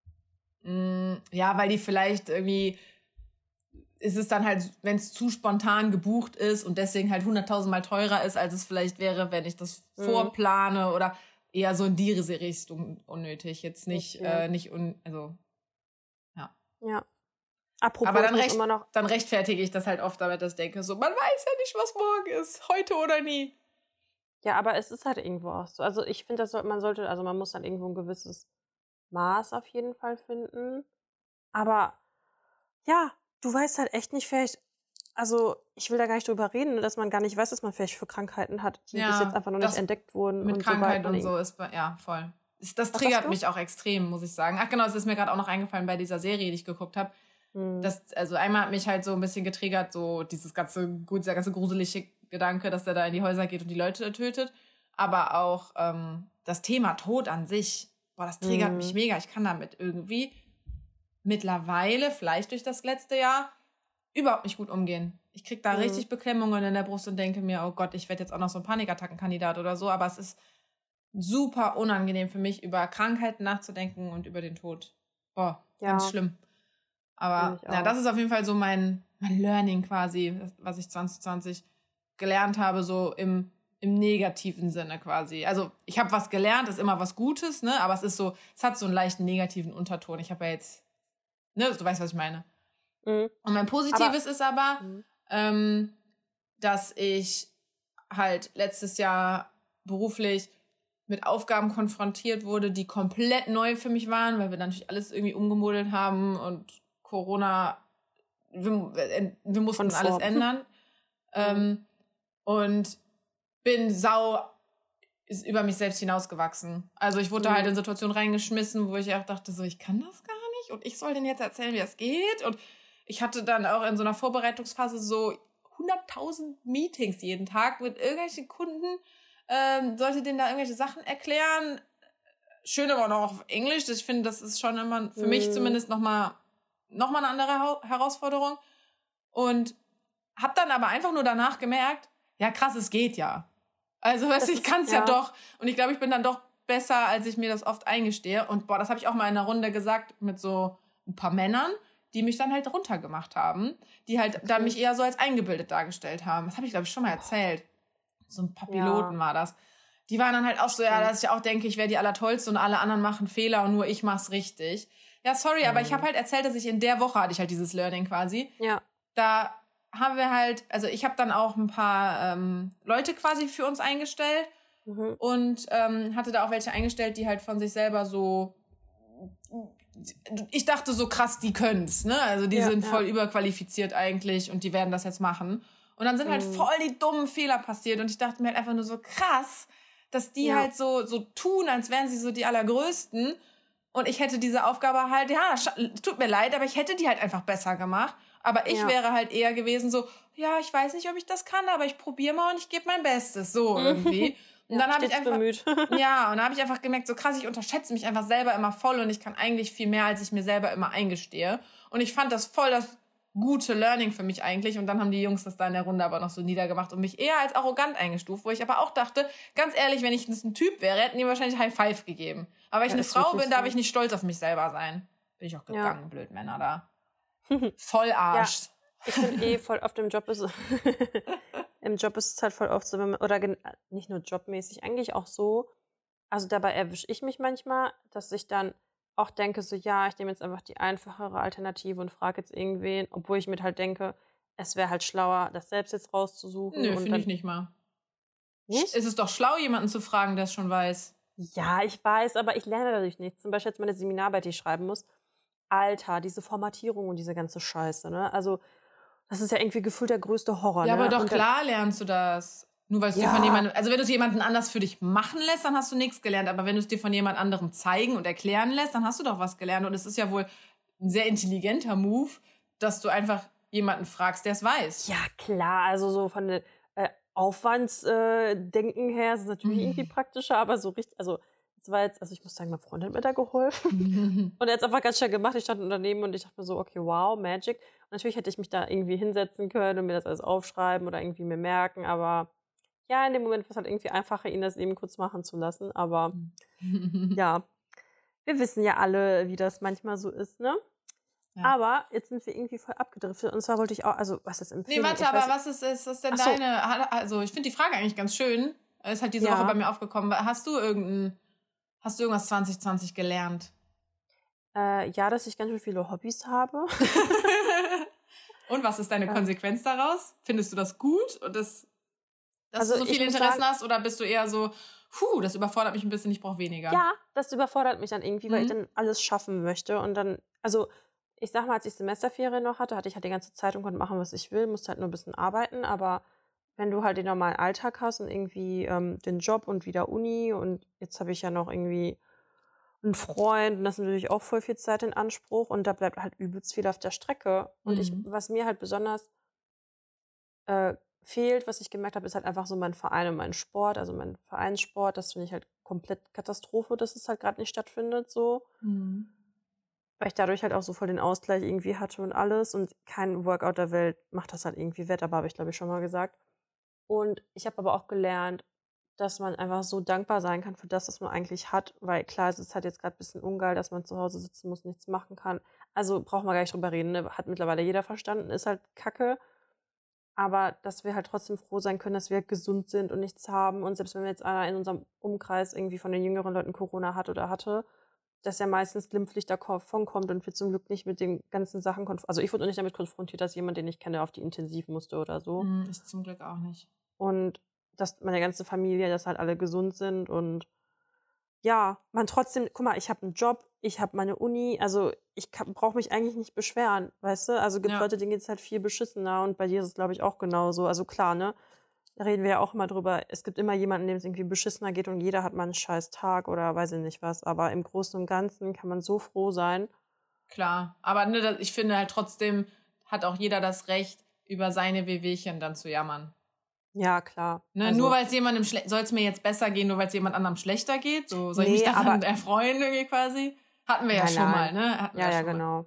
Ja, weil die vielleicht irgendwie, ist es dann halt, wenn es zu spontan gebucht ist und deswegen halt 100.000 Mal teurer ist, als es vielleicht wäre, wenn ich das vorplane oder eher so in die Richtung unnötig. Jetzt nicht, also, ja. Ja. Apropos, aber dann rechtfertige ich das halt oft damit, dass ich denke, so, man weiß ja nicht, was morgen ist, heute oder nie. Ja, aber es ist halt irgendwo auch so. Also ich finde, man muss dann irgendwo ein gewisses Maß auf jeden Fall finden. Aber ja, du weißt halt echt nicht, vielleicht, also ich will da gar nicht drüber reden, dass man gar nicht weiß, dass man vielleicht für Krankheiten hat, die bis jetzt einfach noch nicht entdeckt wurden. Mit Krankheit und so ist, ja, voll. Das triggert mich auch extrem, muss ich sagen. Ach genau, es ist mir gerade auch noch eingefallen bei dieser Serie, die ich geguckt habe. Also einmal hat mich halt so ein bisschen getriggert, so dieser ganze gruselige Gedanke, dass der da in die Häuser geht und die Leute tötet. Aber auch das Thema Tod an sich, das triggert mich mega. Ich kann damit irgendwie mittlerweile, vielleicht durch das letzte Jahr, überhaupt nicht gut umgehen. Ich kriege da richtig Beklemmungen in der Brust und denke mir, oh Gott, ich werde jetzt auch noch so ein Panikattackenkandidat oder so. Aber es ist super unangenehm für mich, über Krankheiten nachzudenken und über den Tod. Ganz schlimm. Aber das ist auf jeden Fall so mein Learning quasi, was ich 2020 gelernt habe, so im negativen Sinne quasi. Also ich habe was gelernt, ist immer was Gutes, ne? Aber es hat so einen leichten negativen Unterton. Ich habe ja jetzt, ne, du weißt, was ich meine. Und mein Positives ist aber, dass ich halt letztes Jahr beruflich mit Aufgaben konfrontiert wurde, die komplett neu für mich waren, weil wir dann natürlich alles irgendwie umgemodelt haben und Corona, wir mussten alles ändern. Und bin ist über mich selbst hinausgewachsen. Also ich wurde halt in Situationen reingeschmissen, wo ich auch dachte, so, ich kann das gar nicht und ich soll denen jetzt erzählen, wie es geht. Und ich hatte dann auch in so einer Vorbereitungsphase so 100.000 Meetings jeden Tag mit irgendwelchen Kunden, sollte denen da irgendwelche Sachen erklären. Schön aber auch noch auf Englisch. Ich finde, das ist schon immer für mich zumindest noch mal eine andere Herausforderung. Und habe dann aber einfach nur danach gemerkt, ja krass, es geht ja. Also weißt du, ich kann es ja doch. Und ich glaube, ich bin dann doch besser, als ich mir das oft eingestehe. Und das habe ich auch mal in einer Runde gesagt mit so ein paar Männern, die mich dann halt runtergemacht haben, die halt dann mich eher so als eingebildet dargestellt haben. Das habe ich, glaube ich, schon mal erzählt. So ein paar Piloten war das. Die waren dann halt auch so, dass ich auch denke, ich wäre die Allertollste und alle anderen machen Fehler und nur ich mach's richtig. Ja, sorry, aber ich habe halt erzählt, dass ich in der Woche hatte ich halt dieses Learning quasi. Ja. Da haben wir halt, also ich habe dann auch ein paar Leute quasi für uns eingestellt und hatte da auch welche eingestellt, die halt von sich selber so, ich dachte so krass, die können's, ne? Also die sind voll überqualifiziert eigentlich und die werden das jetzt machen. Und dann sind halt voll die dummen Fehler passiert und ich dachte mir halt einfach nur so krass, dass die halt so tun, als wären sie so die Allergrößten. Und ich hätte diese Aufgabe halt, tut mir leid, aber ich hätte die halt einfach besser gemacht. Aber ich wäre halt eher gewesen so, ja, ich weiß nicht, ob ich das kann, aber ich probiere mal und ich gebe mein Bestes, so irgendwie. Und dann habe ich einfach, und dann habe ich einfach gemerkt, so krass, ich unterschätze mich einfach selber immer voll und ich kann eigentlich viel mehr, als ich mir selber immer eingestehe. Und ich fand das voll das gute Learning für mich eigentlich. Und dann haben die Jungs das da in der Runde aber noch so niedergemacht und mich eher als arrogant eingestuft, wo ich aber auch dachte, ganz ehrlich, wenn ich ein Typ wäre, hätten die wahrscheinlich High Five gegeben. Aber weil ich eine Frau bin, darf ich nicht stolz auf mich selber sein. Bin ich auch gegangen, blöd Männer da. Voll Arsch. Ja, ich finde voll oft im Job ist im Job ist es halt voll oft so, wenn man, oder nicht nur jobmäßig, eigentlich auch so, also dabei erwische ich mich manchmal, dass ich dann auch denke, so ja, ich nehme jetzt einfach die einfachere Alternative und frage jetzt irgendwen, obwohl ich mir halt denke, es wäre halt schlauer, das selbst jetzt rauszusuchen. Nö, finde ich nicht mal. Nicht? Es ist doch schlau, jemanden zu fragen, der es schon weiß. Ja, ich weiß, aber ich lerne dadurch nichts. Zum Beispiel jetzt meine Seminararbeit, die ich schreiben muss. Alter, diese Formatierung und diese ganze Scheiße, ne? Also, das ist ja irgendwie gefühlt der größte Horror, Ja, ne? aber doch Und klar lernst du das. Nur weil es dir von jemandem, also wenn du es jemanden anders für dich machen lässt, dann hast du nichts gelernt. Aber wenn du es dir von jemand anderem zeigen und erklären lässt, dann hast du doch was gelernt. Und es ist ja wohl ein sehr intelligenter Move, dass du einfach jemanden fragst, der es weiß. Ja, klar, also so von der Aufwandsdenken her ist es natürlich irgendwie praktischer, aber so richtig, also es war jetzt, also ich muss sagen, mein Freund hat mir da geholfen. Und er hat es einfach ganz schnell gemacht. Ich stand im Unternehmen und ich dachte mir so, okay, wow, Magic. Und natürlich hätte ich mich da irgendwie hinsetzen können und mir das alles aufschreiben oder irgendwie mir merken, aber ja, in dem Moment war es halt irgendwie einfacher, ihn das eben kurz machen zu lassen. Aber ja, wir wissen ja alle, wie das manchmal so ist, ne? Ja. Aber jetzt sind wir irgendwie voll abgedriftet. Und zwar wollte ich auch, also was ist Empfehlung? Nee, warte, aber was ist denn deine, also ich finde die Frage eigentlich ganz schön. Ist halt diese Woche bei mir aufgekommen. Hast du irgendwas 2020 gelernt? Ja, dass ich ganz schön viele Hobbys habe. Und was ist deine Konsequenz daraus? Findest du das gut? Und dass du so viele Interessen hast? Oder bist du eher so, das überfordert mich ein bisschen, ich brauche weniger? Ja, das überfordert mich dann irgendwie, weil ich dann alles schaffen möchte. Und dann, also ich sag mal, als ich Semesterferien noch hatte ich halt die ganze Zeit und konnte machen, was ich will, musste halt nur ein bisschen arbeiten. Aber wenn du halt den normalen Alltag hast und irgendwie den Job und wieder Uni und jetzt habe ich ja noch irgendwie einen Freund und das ist natürlich auch voll viel Zeit in Anspruch und da bleibt halt übelst viel auf der Strecke. Und was mir halt besonders fehlt, was ich gemerkt habe, ist halt einfach so mein Verein und mein Sport, also mein Vereinssport, das finde ich halt komplett Katastrophe, dass es halt gerade nicht stattfindet, so. Weil ich dadurch halt auch so voll den Ausgleich irgendwie hatte und alles und kein Workout der Welt macht das halt irgendwie wett, aber habe ich glaube ich schon mal gesagt. Und ich habe aber auch gelernt, dass man einfach so dankbar sein kann für das, was man eigentlich hat, weil klar, es ist halt jetzt gerade ein bisschen ungeil, dass man zu Hause sitzen muss, nichts machen kann. Also braucht man gar nicht drüber reden, ne? Hat mittlerweile jeder verstanden, ist halt Kacke. Aber dass wir halt trotzdem froh sein können, dass wir gesund sind und nichts haben. Und selbst wenn jetzt einer in unserem Umkreis irgendwie von den jüngeren Leuten Corona hat oder hatte, dass er meistens glimpflich davon kommt und wir zum Glück nicht mit den ganzen Sachen also ich wurde nicht damit konfrontiert, dass jemand, den ich kenne, auf die Intensiv musste oder so. Ich zum Glück auch nicht. Und dass meine ganze Familie, dass halt alle gesund sind und ja, man trotzdem, guck mal, ich habe einen Job, ich habe meine Uni, also ich brauche mich eigentlich nicht beschweren, weißt du? Also gibt Leute, denen geht es halt viel beschissener und bei dir ist es, glaube ich, auch genauso. Also klar, ne? Da reden wir ja auch immer drüber. Es gibt immer jemanden, dem es irgendwie beschissener geht und jeder hat mal einen scheiß Tag oder weiß ich nicht was. Aber im Großen und Ganzen kann man so froh sein. Klar, aber ne, ich finde halt trotzdem hat auch jeder das Recht, über seine Wehwehchen dann zu jammern. Ja, klar. Ne, also, nur weil es jemandem soll es mir jetzt besser gehen, nur weil es jemand anderem schlechter geht? So, soll ich mich daran erfreuen irgendwie quasi? Hatten wir ja schon mal, ne? Ja, genau.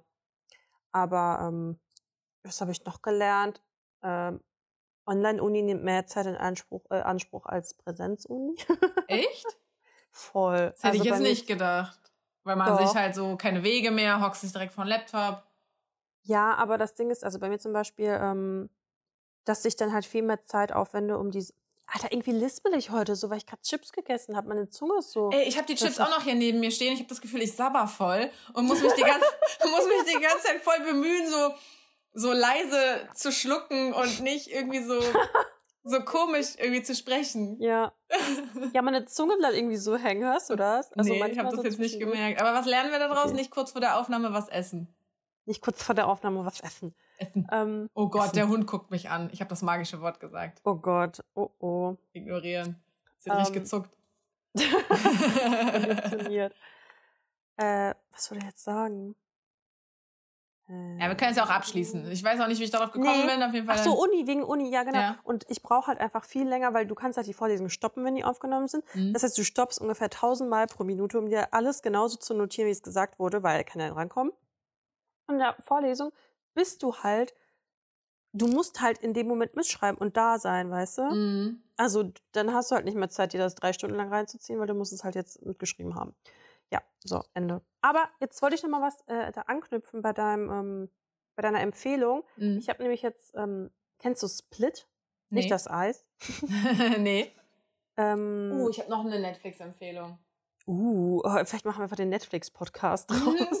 Aber was habe ich noch gelernt? Online-Uni nimmt mehr Zeit in Anspruch als Präsenz-Uni. Echt? Voll. Das hätte ich jetzt nicht gedacht. Weil man sich halt so keine Wege mehr, hockst sich direkt vor den Laptop. Ja, aber das Ding ist, also bei mir zum Beispiel, dass ich dann halt viel mehr Zeit aufwende, um diese. Alter, irgendwie lispel ich heute so, weil ich gerade Chips gegessen habe. Meine Zunge ist so. Ey, ich habe die Chips auch noch hier neben mir stehen. Ich habe das Gefühl, ich sabber voll und muss mich die ganze Zeit voll bemühen, so leise zu schlucken und nicht irgendwie so komisch irgendwie zu sprechen. Ja. Ja, meine Zunge bleibt irgendwie so hängen. Hörst du das? Also nee, ich habe das jetzt nicht gemerkt. Aber was lernen wir da draus? Okay. Nicht kurz vor der Aufnahme was essen. Nicht kurz vor der Aufnahme was essen. Oh Gott, der Hund guckt mich an. Ich habe das magische Wort gesagt. Oh Gott, oh. Ignorieren. Sie hat richtig gezuckt. Funktioniert. Was soll ich jetzt sagen? Ja, wir können es ja auch abschließen. Ich weiß auch nicht, wie ich darauf gekommen bin. Auf jeden Fall. Ach so, wegen Uni, ja genau. Ja. Und ich brauche halt einfach viel länger, weil du kannst halt die Vorlesungen stoppen, wenn die aufgenommen sind. Das heißt, du stoppst ungefähr 1000 Mal pro Minute, um dir alles genauso zu notieren, wie es gesagt wurde, weil kann ja rankommen. Und in der Vorlesung bist du musst halt in dem Moment mitschreiben und da sein, weißt du? Also dann hast du halt nicht mehr Zeit, dir das 3 Stunden lang reinzuziehen, weil du musst es halt jetzt mitgeschrieben haben. Ja, so, Ende. Aber jetzt wollte ich noch mal was da anknüpfen bei deiner Empfehlung. Ich habe nämlich jetzt, kennst du Split? Nicht Nee. das Eis. Nee. Ich Ähm, habe noch eine Netflix-Empfehlung. Vielleicht machen wir einfach den Netflix-Podcast draus.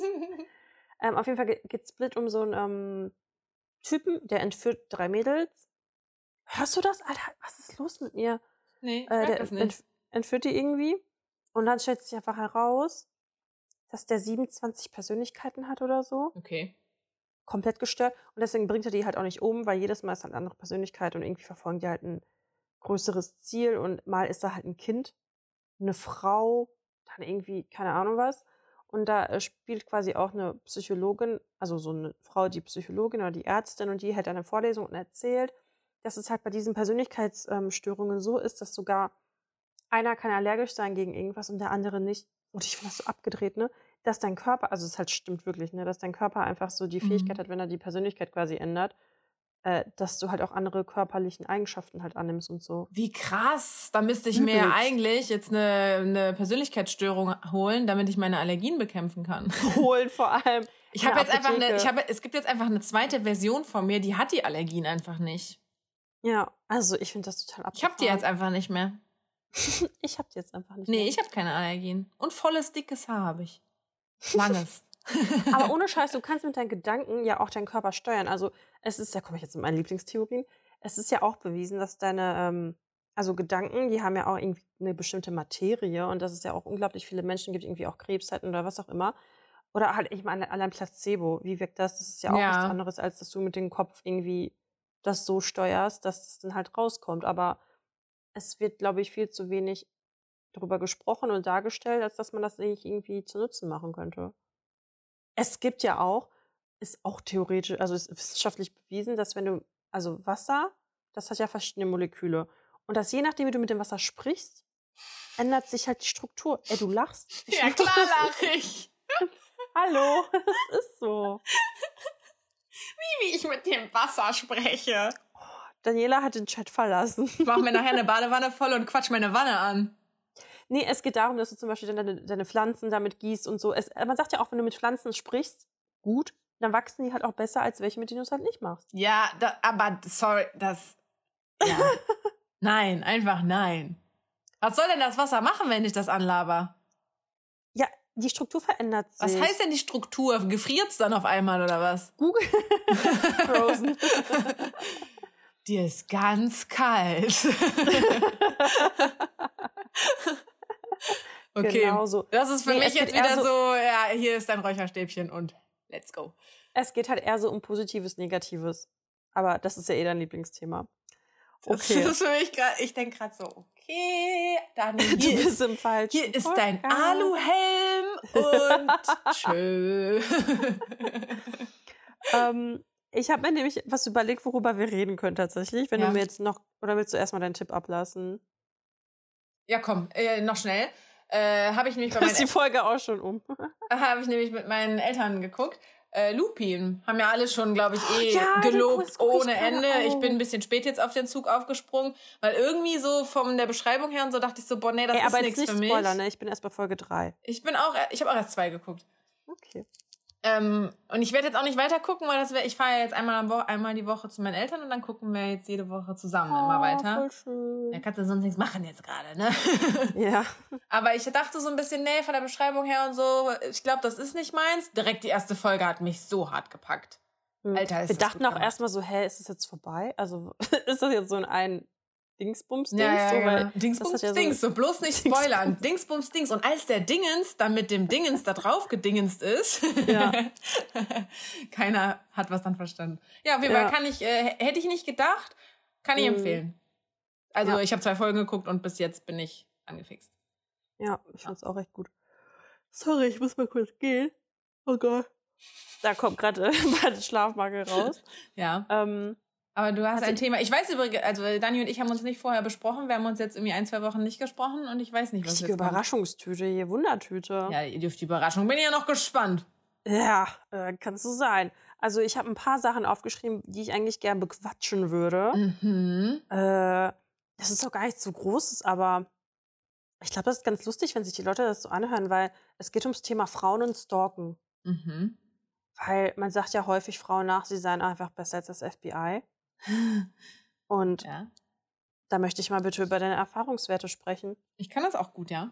Auf jeden Fall geht Split um so einen Typen, der entführt 3 Mädels. Hörst du das? Alter, was ist los mit mir? Nee, ich merk das nicht. Entführt die irgendwie. Und dann stellt sich einfach heraus, dass der 27 Persönlichkeiten hat oder so. Okay. Komplett gestört. Und deswegen bringt er die halt auch nicht um, weil jedes Mal ist halt eine andere Persönlichkeit und irgendwie verfolgen die halt ein größeres Ziel. Und mal ist da halt ein Kind, eine Frau, dann irgendwie, keine Ahnung was. Und da spielt quasi auch eine Psychologin, also so eine Frau, die Psychologin oder die Ärztin, und die hält eine Vorlesung und erzählt, dass es halt bei diesen Persönlichkeitsstörungen so ist, dass sogar einer kann allergisch sein gegen irgendwas und der andere nicht. Und ich finde das so abgedreht, ne? Dass dein Körper, also es halt stimmt wirklich, ne? Dass dein Körper einfach so die Fähigkeit hat, wenn er die Persönlichkeit quasi ändert, dass du halt auch andere körperlichen Eigenschaften halt annimmst und so. Wie krass. Da müsste ich mir eigentlich jetzt eine Persönlichkeitsstörung holen, damit ich meine Allergien bekämpfen kann. Holen vor allem. Es gibt jetzt einfach eine zweite Version von mir, die hat die Allergien einfach nicht. Ja, also ich finde das total abgefahren. Ich habe die jetzt einfach nicht mehr. Ich habe die jetzt einfach nicht mehr. Nee, ich habe keine Allergien. Und volles, dickes Haar habe ich. Langes. Aber ohne Scheiß, du kannst mit deinen Gedanken ja auch deinen Körper steuern. Also es ist, da komme ich jetzt mit meinen Lieblingstheorien, es ist ja auch bewiesen, dass deine, also Gedanken, die haben ja auch irgendwie eine bestimmte Materie und dass es ja auch unglaublich viele Menschen gibt, irgendwie auch Krebs hatten oder was auch immer. Oder halt, ich meine, allein Placebo, wie wirkt das? Das ist ja auch nichts anderes, als dass du mit dem Kopf irgendwie das so steuerst, dass es dann halt rauskommt. Aber es wird, glaube ich, viel zu wenig darüber gesprochen und dargestellt, als dass man das nicht irgendwie zu Nutzen machen könnte. Es gibt ja auch, ist auch theoretisch, also ist wissenschaftlich bewiesen, dass wenn du, also Wasser, das hat ja verschiedene Moleküle. Und dass je nachdem, wie du mit dem Wasser sprichst, ändert sich halt die Struktur. Du lachst. Ja, klar lache ich. Hallo, das ist so. Wie ich mit dem Wasser spreche. Daniela hat den Chat verlassen. Ich mach mir nachher eine Badewanne voll und quatsch meine Wanne an. Nee, es geht darum, dass du zum Beispiel deine Pflanzen damit gießt und so. Man sagt ja auch, wenn du mit Pflanzen sprichst, gut, dann wachsen die halt auch besser, als welche, mit denen du es halt nicht machst. Ja, aber sorry, ja. Nein, einfach nein. Was soll denn das Wasser machen, wenn ich das anlaber? Ja, die Struktur verändert sich. Was heißt denn die Struktur? Gefriert's dann auf einmal oder was? Google. Frozen. Dir ist ganz kalt. Okay, genau so. Das ist für mich jetzt wieder so, ja, hier ist dein Räucherstäbchen und let's go. Es geht halt eher so um Positives, Negatives. Aber das ist ja dein Lieblingsthema. Okay. Das ist für mich gerade, ich denke gerade so, okay, dann hier, bist im falschen hier ist dein Aluhelm und tschö. Ich habe mir nämlich was überlegt, worüber wir reden können tatsächlich. Wenn du mir jetzt noch, oder willst du erstmal deinen Tipp ablassen? Ja, komm, noch schnell. Habe ich nämlich bei ist die Folge auch schon um. Habe ich nämlich mit meinen Eltern geguckt. Lupin haben ja alle schon, glaube ich, gelobt ohne Ende. Ich bin ein bisschen spät jetzt auf den Zug aufgesprungen, weil irgendwie so von der Beschreibung her und so dachte ich so, boah, nee, das ist nichts für mich. Spoiler, ne? Ich bin erst bei Folge 3. Ich habe auch erst 2 geguckt. Okay. Und ich werde jetzt auch nicht weiter gucken, weil ich fahre ja jetzt einmal die Woche zu meinen Eltern und dann gucken wir jetzt jede Woche zusammen immer weiter. Voll schön. Da kannst du sonst nichts machen jetzt gerade, ne? Ja. Aber ich dachte so ein bisschen, nee, von der Beschreibung her und so, ich glaube, das ist nicht meins. Direkt die erste Folge hat mich so hart gepackt. Alter, ist wir dachten auch erstmal so, ist es jetzt vorbei? Also ist das jetzt so ein Dingsbums-Dings? Ja, so, genau. Dingsbums-Dings, so bloß nicht spoilern. Dingsbums-Dings. Und als der Dingens dann mit dem Dingens da drauf gedingenst ist, keiner hat was dann verstanden. Ja, auf jeden Fall hätte ich nicht gedacht, kann ich empfehlen. Also ich habe 2 Folgen geguckt und bis jetzt bin ich angefixt. Ja, ich fand's auch recht gut. Sorry, ich muss mal kurz gehen. Oh Gott. Da kommt gerade meine Schlafmangel raus. Ja. Aber du hast ein Thema. Ich weiß übrigens, also Dani und ich haben uns nicht vorher besprochen. Wir haben uns jetzt irgendwie 1-2 Wochen nicht gesprochen und ich weiß nicht, was jetzt kommt. Überraschungstüte hier, Wundertüte. Ja, ihr dürft die Überraschung. Bin ja noch gespannt. Ja, kann so sein. Also ich habe ein paar Sachen aufgeschrieben, die ich eigentlich gern bequatschen würde. Das ist auch gar nichts so Großes, aber Ich glaube, das ist ganz lustig, wenn sich die Leute das so anhören, weil es geht ums Thema Frauen und Stalken. Mhm. Weil man sagt ja häufig Frauen nach, sie seien einfach besser als das FBI. Und Ja. da möchte ich mal bitte über deine Erfahrungswerte sprechen. Ich kann das auch gut, ja.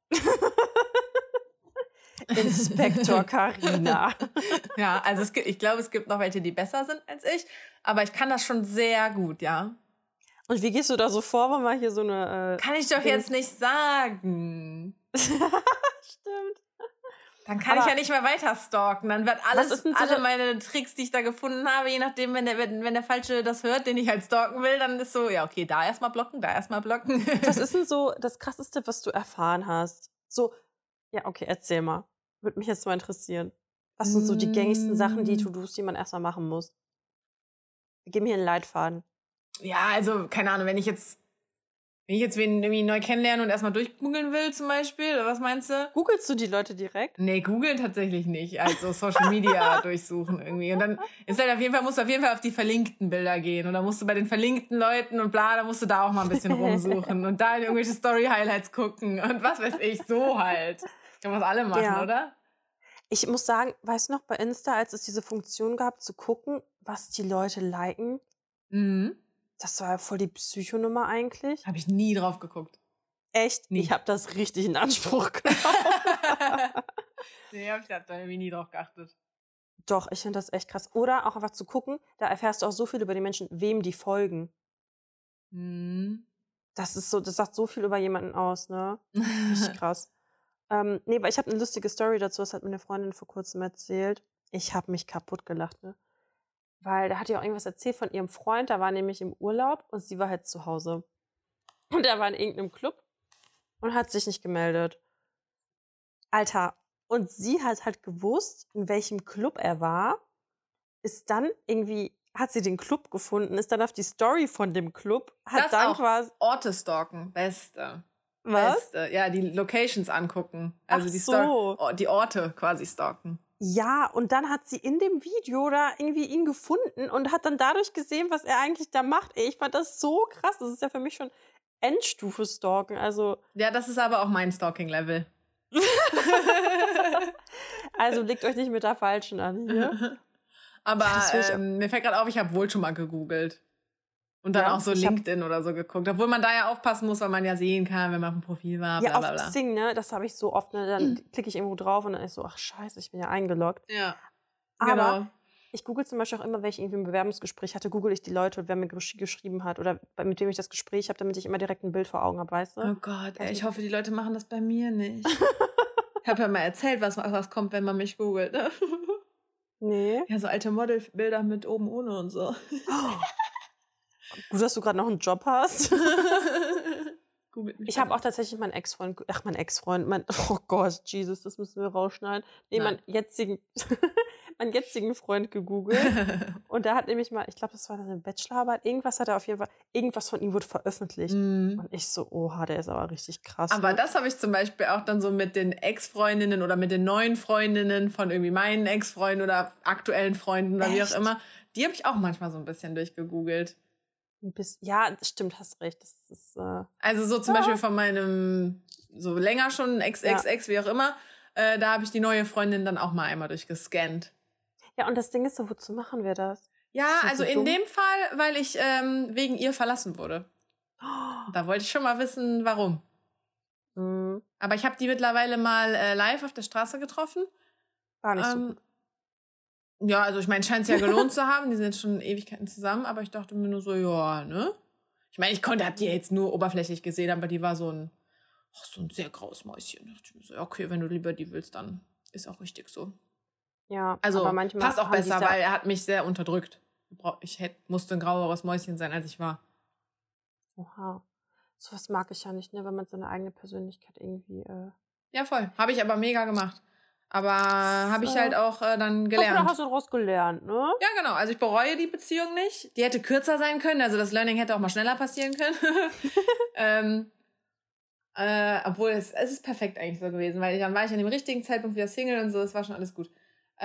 Inspektor Carina. Ja, also ich glaube, es gibt noch welche, die besser sind als ich, aber ich kann das schon sehr gut, ja. Und wie gehst du da so vor, wenn man hier so eine... Kann ich doch jetzt nicht sagen. Stimmt. Dann kann ich ja nicht mehr weiter stalken. Dann wird alle meine Tricks, die ich da gefunden habe, je nachdem, wenn der Falsche das hört, den ich halt stalken will, dann ist so, ja, okay, da erstmal blocken, da erstmal blocken. Was ist denn so das Krasseste, was du erfahren hast? So, ja, okay, erzähl mal. Würde mich jetzt mal interessieren. Was sind so die gängigsten Sachen, die To-Dos, die man erstmal machen muss? Gib mir einen Leitfaden. Ja, also, keine Ahnung, wenn ich jetzt wen irgendwie neu kennenlernen und erstmal durchgoogeln will zum Beispiel, oder was meinst du? Googelst du die Leute direkt? Nee, googeln tatsächlich nicht. Also Social Media durchsuchen irgendwie. Und dann ist halt musst du auf jeden Fall auf die verlinkten Bilder gehen. Und dann musst du bei den verlinkten Leuten und bla, da musst du da auch mal ein bisschen rumsuchen und da in irgendwelche Story-Highlights gucken und was weiß ich, so halt. Kann was alle machen, oder? Ich muss sagen, weißt du noch, bei Insta, als es diese Funktion gab, zu gucken, was die Leute liken? Mhm. Das war ja voll die Psychonummer eigentlich. Habe ich nie drauf geguckt. Echt? Nie. Ich habe das richtig in Anspruch genommen. Nee, habe ich da irgendwie nie drauf geachtet. Doch, ich finde das echt krass. Oder auch einfach zu gucken, da erfährst du auch so viel über die Menschen, wem die folgen. Mhm. Das sagt so viel über jemanden aus, ne? Richtig krass. Nee, weil ich habe eine lustige Story dazu, das hat mir eine Freundin vor kurzem erzählt. Ich habe mich kaputt gelacht, ne? Weil da hat die auch irgendwas erzählt von ihrem Freund, der war nämlich im Urlaub und sie war halt zu Hause. Und er war in irgendeinem Club und hat sich nicht gemeldet. Alter, und sie hat halt gewusst, in welchem Club er war, ist dann irgendwie, hat sie den Club gefunden, ist dann auf die Story von dem Club, hat das dann auch. quasi... Orte stalken, beste. Was? Beste. Ja, die Locations angucken. Also die Orte quasi stalken. Ja, und dann hat sie in dem Video da irgendwie ihn gefunden und hat dann dadurch gesehen, was er eigentlich da macht. Ey, ich fand das so krass. Das ist ja für mich schon Endstufe Stalken. Also ja, das ist aber auch mein Stalking-Level. Also legt euch nicht mit der Falschen an hier. Aber mir fällt gerade auf, ich habe wohl schon mal gegoogelt. Und dann auch so LinkedIn oder so geguckt. Obwohl man da ja aufpassen muss, weil man ja sehen kann, wenn man auf dem Profil war. Ja, auf Xing, ne? Das habe ich so oft, ne? Dann klicke ich irgendwo drauf und dann ist so, ach scheiße, ich bin ja eingeloggt. Ja, aber ich google zum Beispiel auch immer, wenn ich irgendwie ein Bewerbungsgespräch hatte, google ich die Leute und wer mir geschrieben hat oder mit dem ich das Gespräch habe, damit ich immer direkt ein Bild vor Augen habe, weißt du? Oh Gott, ey, ich hoffe, die Leute machen das bei mir nicht. Ich habe ja mal erzählt, was kommt, wenn man mich googelt. Ne? Nee. Ja, so alte Modelbilder mit oben ohne und so. Gut, dass du gerade noch einen Job hast. Ich habe auch tatsächlich meinen Ex-Freund, oh Gott, Jesus, das müssen wir rausschneiden. Nee, meinen jetzigen Freund gegoogelt. Und der hat nämlich mal, ich glaube, das war eine Bachelorarbeit, irgendwas hat er auf jeden Fall, irgendwas von ihm wurde veröffentlicht. Und ich so, oha, der ist aber richtig krass. Aber das habe ich zum Beispiel auch dann so mit den Ex-Freundinnen oder mit den neuen Freundinnen von irgendwie meinen Ex-Freunden oder aktuellen Freunden oder wie auch immer. Die habe ich auch manchmal so ein bisschen durchgegoogelt. Ja, stimmt, hast recht. Das ist, also so zum Beispiel von meinem, so länger schon, Ex, wie auch immer, da habe ich die neue Freundin dann auch mal einmal durchgescannt. Ja, und das Ding ist so, wozu machen wir das? Ja, also in dem Fall, weil ich wegen ihr verlassen wurde. Da wollte ich schon mal wissen, warum. Aber ich habe die mittlerweile mal live auf der Straße getroffen. War nicht so gut. Ja, also ich meine, scheint es ja gelohnt zu haben. Die sind jetzt schon Ewigkeiten zusammen, aber ich dachte mir nur so, ja, ne? Ich meine, hab die jetzt nur oberflächlich gesehen, aber die war so ein sehr graues Mäuschen. Da dachte ich mir so, ja, okay, wenn du lieber die willst, dann ist auch richtig so. Ja, also aber manchmal passt auch besser, weil er hat mich sehr unterdrückt. Ich musste ein graueres Mäuschen sein, als ich war. Oha. Sowas mag ich ja nicht, ne, wenn man seine eigene Persönlichkeit irgendwie... Ja, voll. Habe ich aber mega gemacht. Aber habe ich halt auch dann gelernt. Oder hast du daraus gelernt, ne? Ja, genau. Also ich bereue die Beziehung nicht. Die hätte kürzer sein können. Also das Learning hätte auch mal schneller passieren können. Obwohl es ist perfekt eigentlich so gewesen, weil dann war ich an dem richtigen Zeitpunkt wieder Single und so. Es war schon alles gut.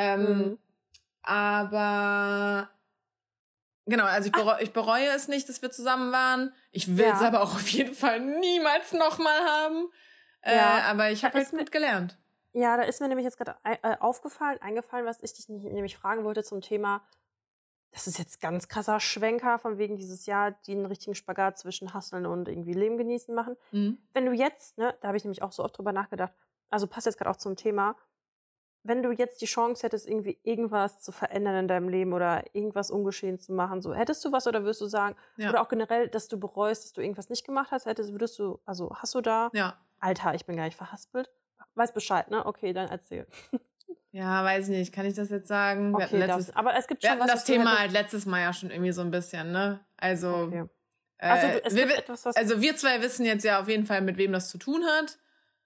Aber genau, also ich bereue es nicht, dass wir zusammen waren. Ich will es aber auch auf jeden Fall niemals nochmal haben. Aber ich habe halt gut gelernt. Ja, da ist mir nämlich jetzt gerade eingefallen, was ich dich nämlich fragen wollte zum Thema, das ist jetzt ganz krasser Schwenker, von wegen dieses Jahr den richtigen Spagat zwischen Hustlen und irgendwie Leben genießen machen. Wenn du jetzt, ne, da habe ich nämlich auch so oft drüber nachgedacht, also passt jetzt gerade auch zum Thema, wenn du jetzt die Chance hättest, irgendwie irgendwas zu verändern in deinem Leben oder irgendwas ungeschehen zu machen, so hättest du was oder würdest du sagen, oder auch generell, dass du bereust, dass du irgendwas nicht gemacht hast, hast du da, Alter, ich bin gar nicht verhaspelt, weiß Bescheid, ne? Okay, dann erzähl. Ja, weiß ich nicht, kann ich das jetzt sagen? Okay, aber es gibt schon wir hatten das Thema halt letztes Mal ja schon irgendwie so ein bisschen, ne? Also, wir zwei wissen jetzt ja auf jeden Fall, mit wem das zu tun hat.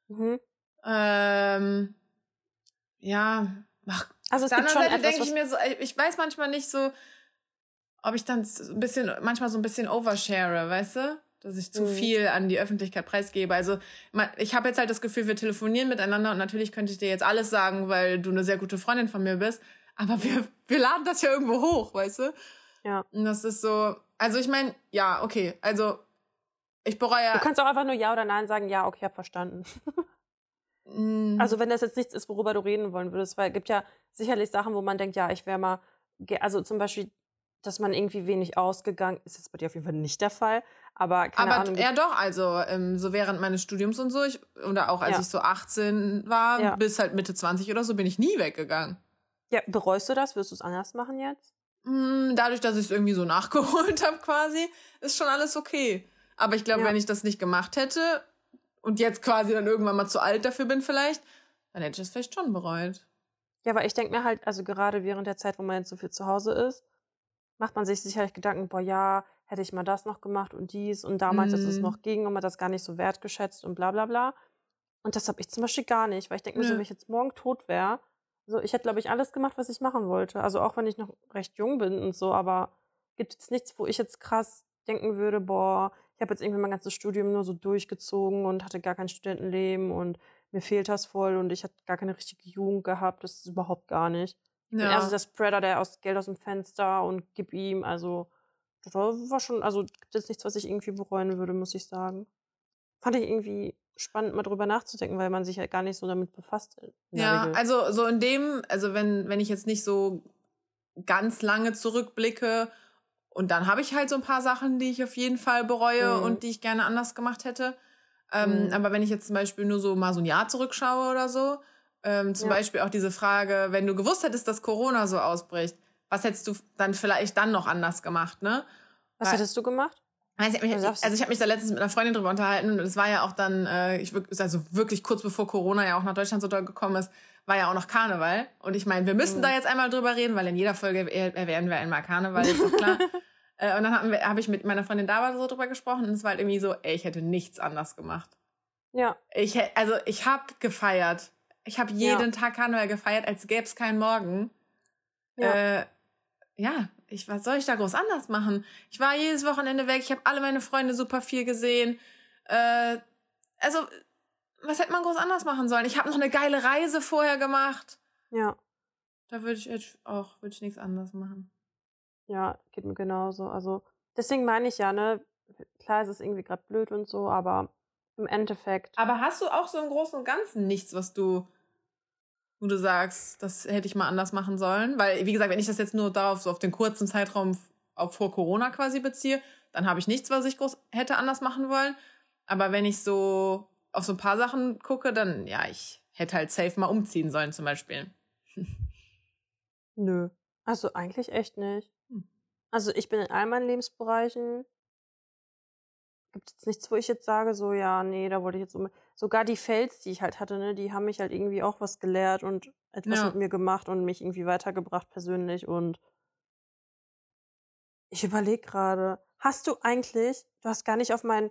Also es gibt schon etwas, denke ich mir so, ich weiß manchmal nicht so, ob ich dann manchmal so ein bisschen overshare, weißt du? Dass ich zu viel an die Öffentlichkeit preisgebe. Also ich habe jetzt halt das Gefühl, wir telefonieren miteinander und natürlich könnte ich dir jetzt alles sagen, weil du eine sehr gute Freundin von mir bist, aber wir laden das ja irgendwo hoch, weißt du? Ja. Und das ist so, also ich meine, ja, okay, also ich bereue... Du kannst auch einfach nur Ja oder Nein sagen, ja, okay, hab verstanden. Also wenn das jetzt nichts ist, worüber du reden wollen würdest, weil es gibt ja sicherlich Sachen, wo man denkt, ja, ich wäre mal, also zum Beispiel, dass man irgendwie wenig ausgegangen ist, jetzt bei dir auf jeden Fall nicht der Fall, aber keine Ahnung. Ja doch, also so während meines Studiums und so, oder auch als ich so 18 war, bis halt Mitte 20 oder so, bin ich nie weggegangen. Ja, bereust du das? Wirst du es anders machen jetzt? Dadurch, dass ich es irgendwie so nachgeholt habe quasi, ist schon alles okay. Aber ich glaube, wenn ich das nicht gemacht hätte und jetzt quasi dann irgendwann mal zu alt dafür bin vielleicht, dann hätte ich es vielleicht schon bereut. Ja, aber ich denke mir halt, also gerade während der Zeit, wo man jetzt so viel zu Hause ist, macht man sich sicherlich Gedanken, boah, ja, hätte ich mal das noch gemacht und dies und damals, als es noch ging und man das gar nicht so wertgeschätzt und bla bla bla. Und das habe ich zum Beispiel gar nicht, weil ich denke mir so, wenn ich jetzt morgen tot wäre, so, ich hätte, glaube ich, alles gemacht, was ich machen wollte. Also auch wenn ich noch recht jung bin und so, aber gibt es nichts, wo ich jetzt krass denken würde, boah, ich habe jetzt irgendwie mein ganzes Studium nur so durchgezogen und hatte gar kein Studentenleben und mir fehlt das voll und ich hatte gar keine richtige Jugend gehabt, das ist überhaupt gar nicht. Ja. Also der Spreader, der Geld aus dem Fenster und gib ihm, also das war schon, also gibt es nichts, was ich irgendwie bereuen würde, muss ich sagen. Fand ich irgendwie spannend, mal drüber nachzudenken, weil man sich halt gar nicht so damit befasst. Ja, also so in dem, also wenn ich jetzt nicht so ganz lange zurückblicke und dann habe ich halt so ein paar Sachen, die ich auf jeden Fall bereue und die ich gerne anders gemacht hätte. Aber wenn ich jetzt zum Beispiel nur so mal so ein Jahr zurückschaue oder so, zum Beispiel auch diese Frage, wenn du gewusst hättest, dass Corona so ausbricht, was hättest du dann vielleicht dann noch anders gemacht, ne? Was hättest du gemacht? Also ich habe mich da letztens mit einer Freundin drüber unterhalten und es war ja auch dann, also wirklich kurz bevor Corona ja auch nach Deutschland so doll gekommen ist, war ja auch noch Karneval. Und ich meine, wir müssen da jetzt einmal drüber reden, weil in jeder Folge erwähnen wir einmal Karneval, ist doch klar. Und dann habe ich mit meiner Freundin da so drüber gesprochen und es war halt irgendwie so, ich hätte nichts anders gemacht. Ja. Ich habe gefeiert. Ich habe jeden Tag Karneval gefeiert, als gäbe es keinen Morgen. Was soll ich da groß anders machen? Ich war jedes Wochenende weg, ich habe alle meine Freunde super viel gesehen. Also, was hätte man groß anders machen sollen? Ich habe noch eine geile Reise vorher gemacht. Ja. Da würde ich nichts anderes machen. Ja, geht mir genauso. Also, deswegen meine ich ja, ne, klar ist es irgendwie gerade blöd und so, aber im Endeffekt. Aber hast du auch so im Großen und Ganzen nichts, wo du sagst, das hätte ich mal anders machen sollen? Weil, wie gesagt, wenn ich das jetzt nur darauf, so auf den kurzen Zeitraum vor Corona quasi beziehe, dann habe ich nichts, was ich groß hätte anders machen wollen. Aber wenn ich so auf so ein paar Sachen gucke, dann, ja, ich hätte halt safe mal umziehen sollen zum Beispiel. Nö. Also eigentlich echt nicht. Also ich bin in all meinen Lebensbereichen, gibt es nichts, wo ich jetzt sage, so, ja, nee, da wollte ich jetzt sogar die Fails, die ich halt hatte, ne, die haben mich halt irgendwie auch was gelehrt und etwas mit mir gemacht und mich irgendwie weitergebracht persönlich und ich überlege gerade, du hast gar nicht auf mein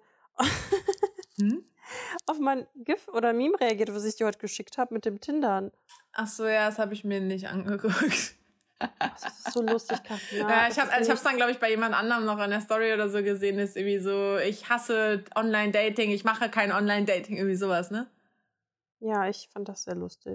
auf mein GIF oder Meme reagiert, was ich dir heute geschickt habe mit dem Tindern. Ach so, ja, das habe ich mir nicht angeguckt. Das ist so lustig, Katharina. Ja, ich hab's dann, glaube ich, bei jemand anderem noch in der Story oder so gesehen, ist irgendwie so, ich hasse Online-Dating, ich mache kein Online-Dating, irgendwie sowas, ne? Ja, ich fand das sehr lustig.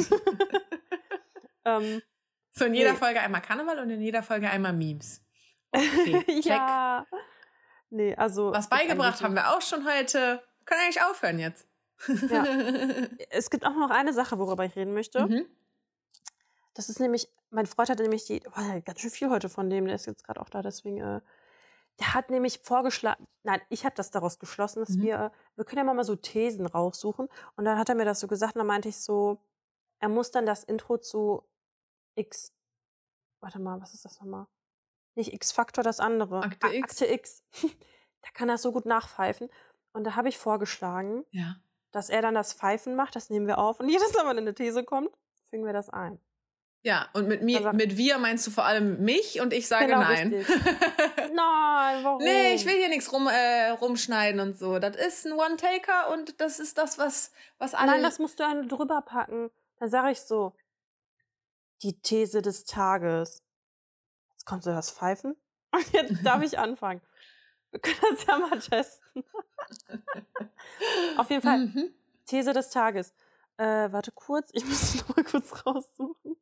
So in jeder Folge einmal Karneval und in jeder Folge einmal Memes. Okay, check. Ja. Nee, also. Was beigebracht haben wir auch schon heute. Wir können eigentlich aufhören jetzt. Ja. Es gibt auch noch eine Sache, worüber ich reden möchte. Mhm. Das ist nämlich, mein Freund hatte nämlich ganz schön viel heute von dem, der ist jetzt gerade auch da, deswegen, der hat nämlich vorgeschlagen, nein, ich habe das daraus geschlossen, dass wir können ja mal so Thesen raussuchen. Und dann hat er mir das so gesagt und dann meinte ich so, er muss dann das Intro zu X, warte mal, was ist das nochmal? Nicht X-Factor, das andere. Akte X. Akte X. Da kann er so gut nachpfeifen. Und da habe ich vorgeschlagen, Ja. dass er dann das Pfeifen macht, das nehmen wir auf. Und jedes Mal, wenn eine These kommt, fügen wir das ein. Ja, und mit wir meinst du vor allem mich und ich sage Genau, nein. Nein, warum? Nee, ich will hier nichts rumschneiden und so. Das ist ein One-Taker und das ist das, was alle... Nein, das musst du dann drüber packen. Dann sage ich so, die These des Tages. Jetzt kommt so das Pfeifen. Und jetzt darf ich anfangen. Wir können das ja mal testen. Auf jeden Fall, These des Tages. Warte kurz, ich muss die noch mal kurz raussuchen.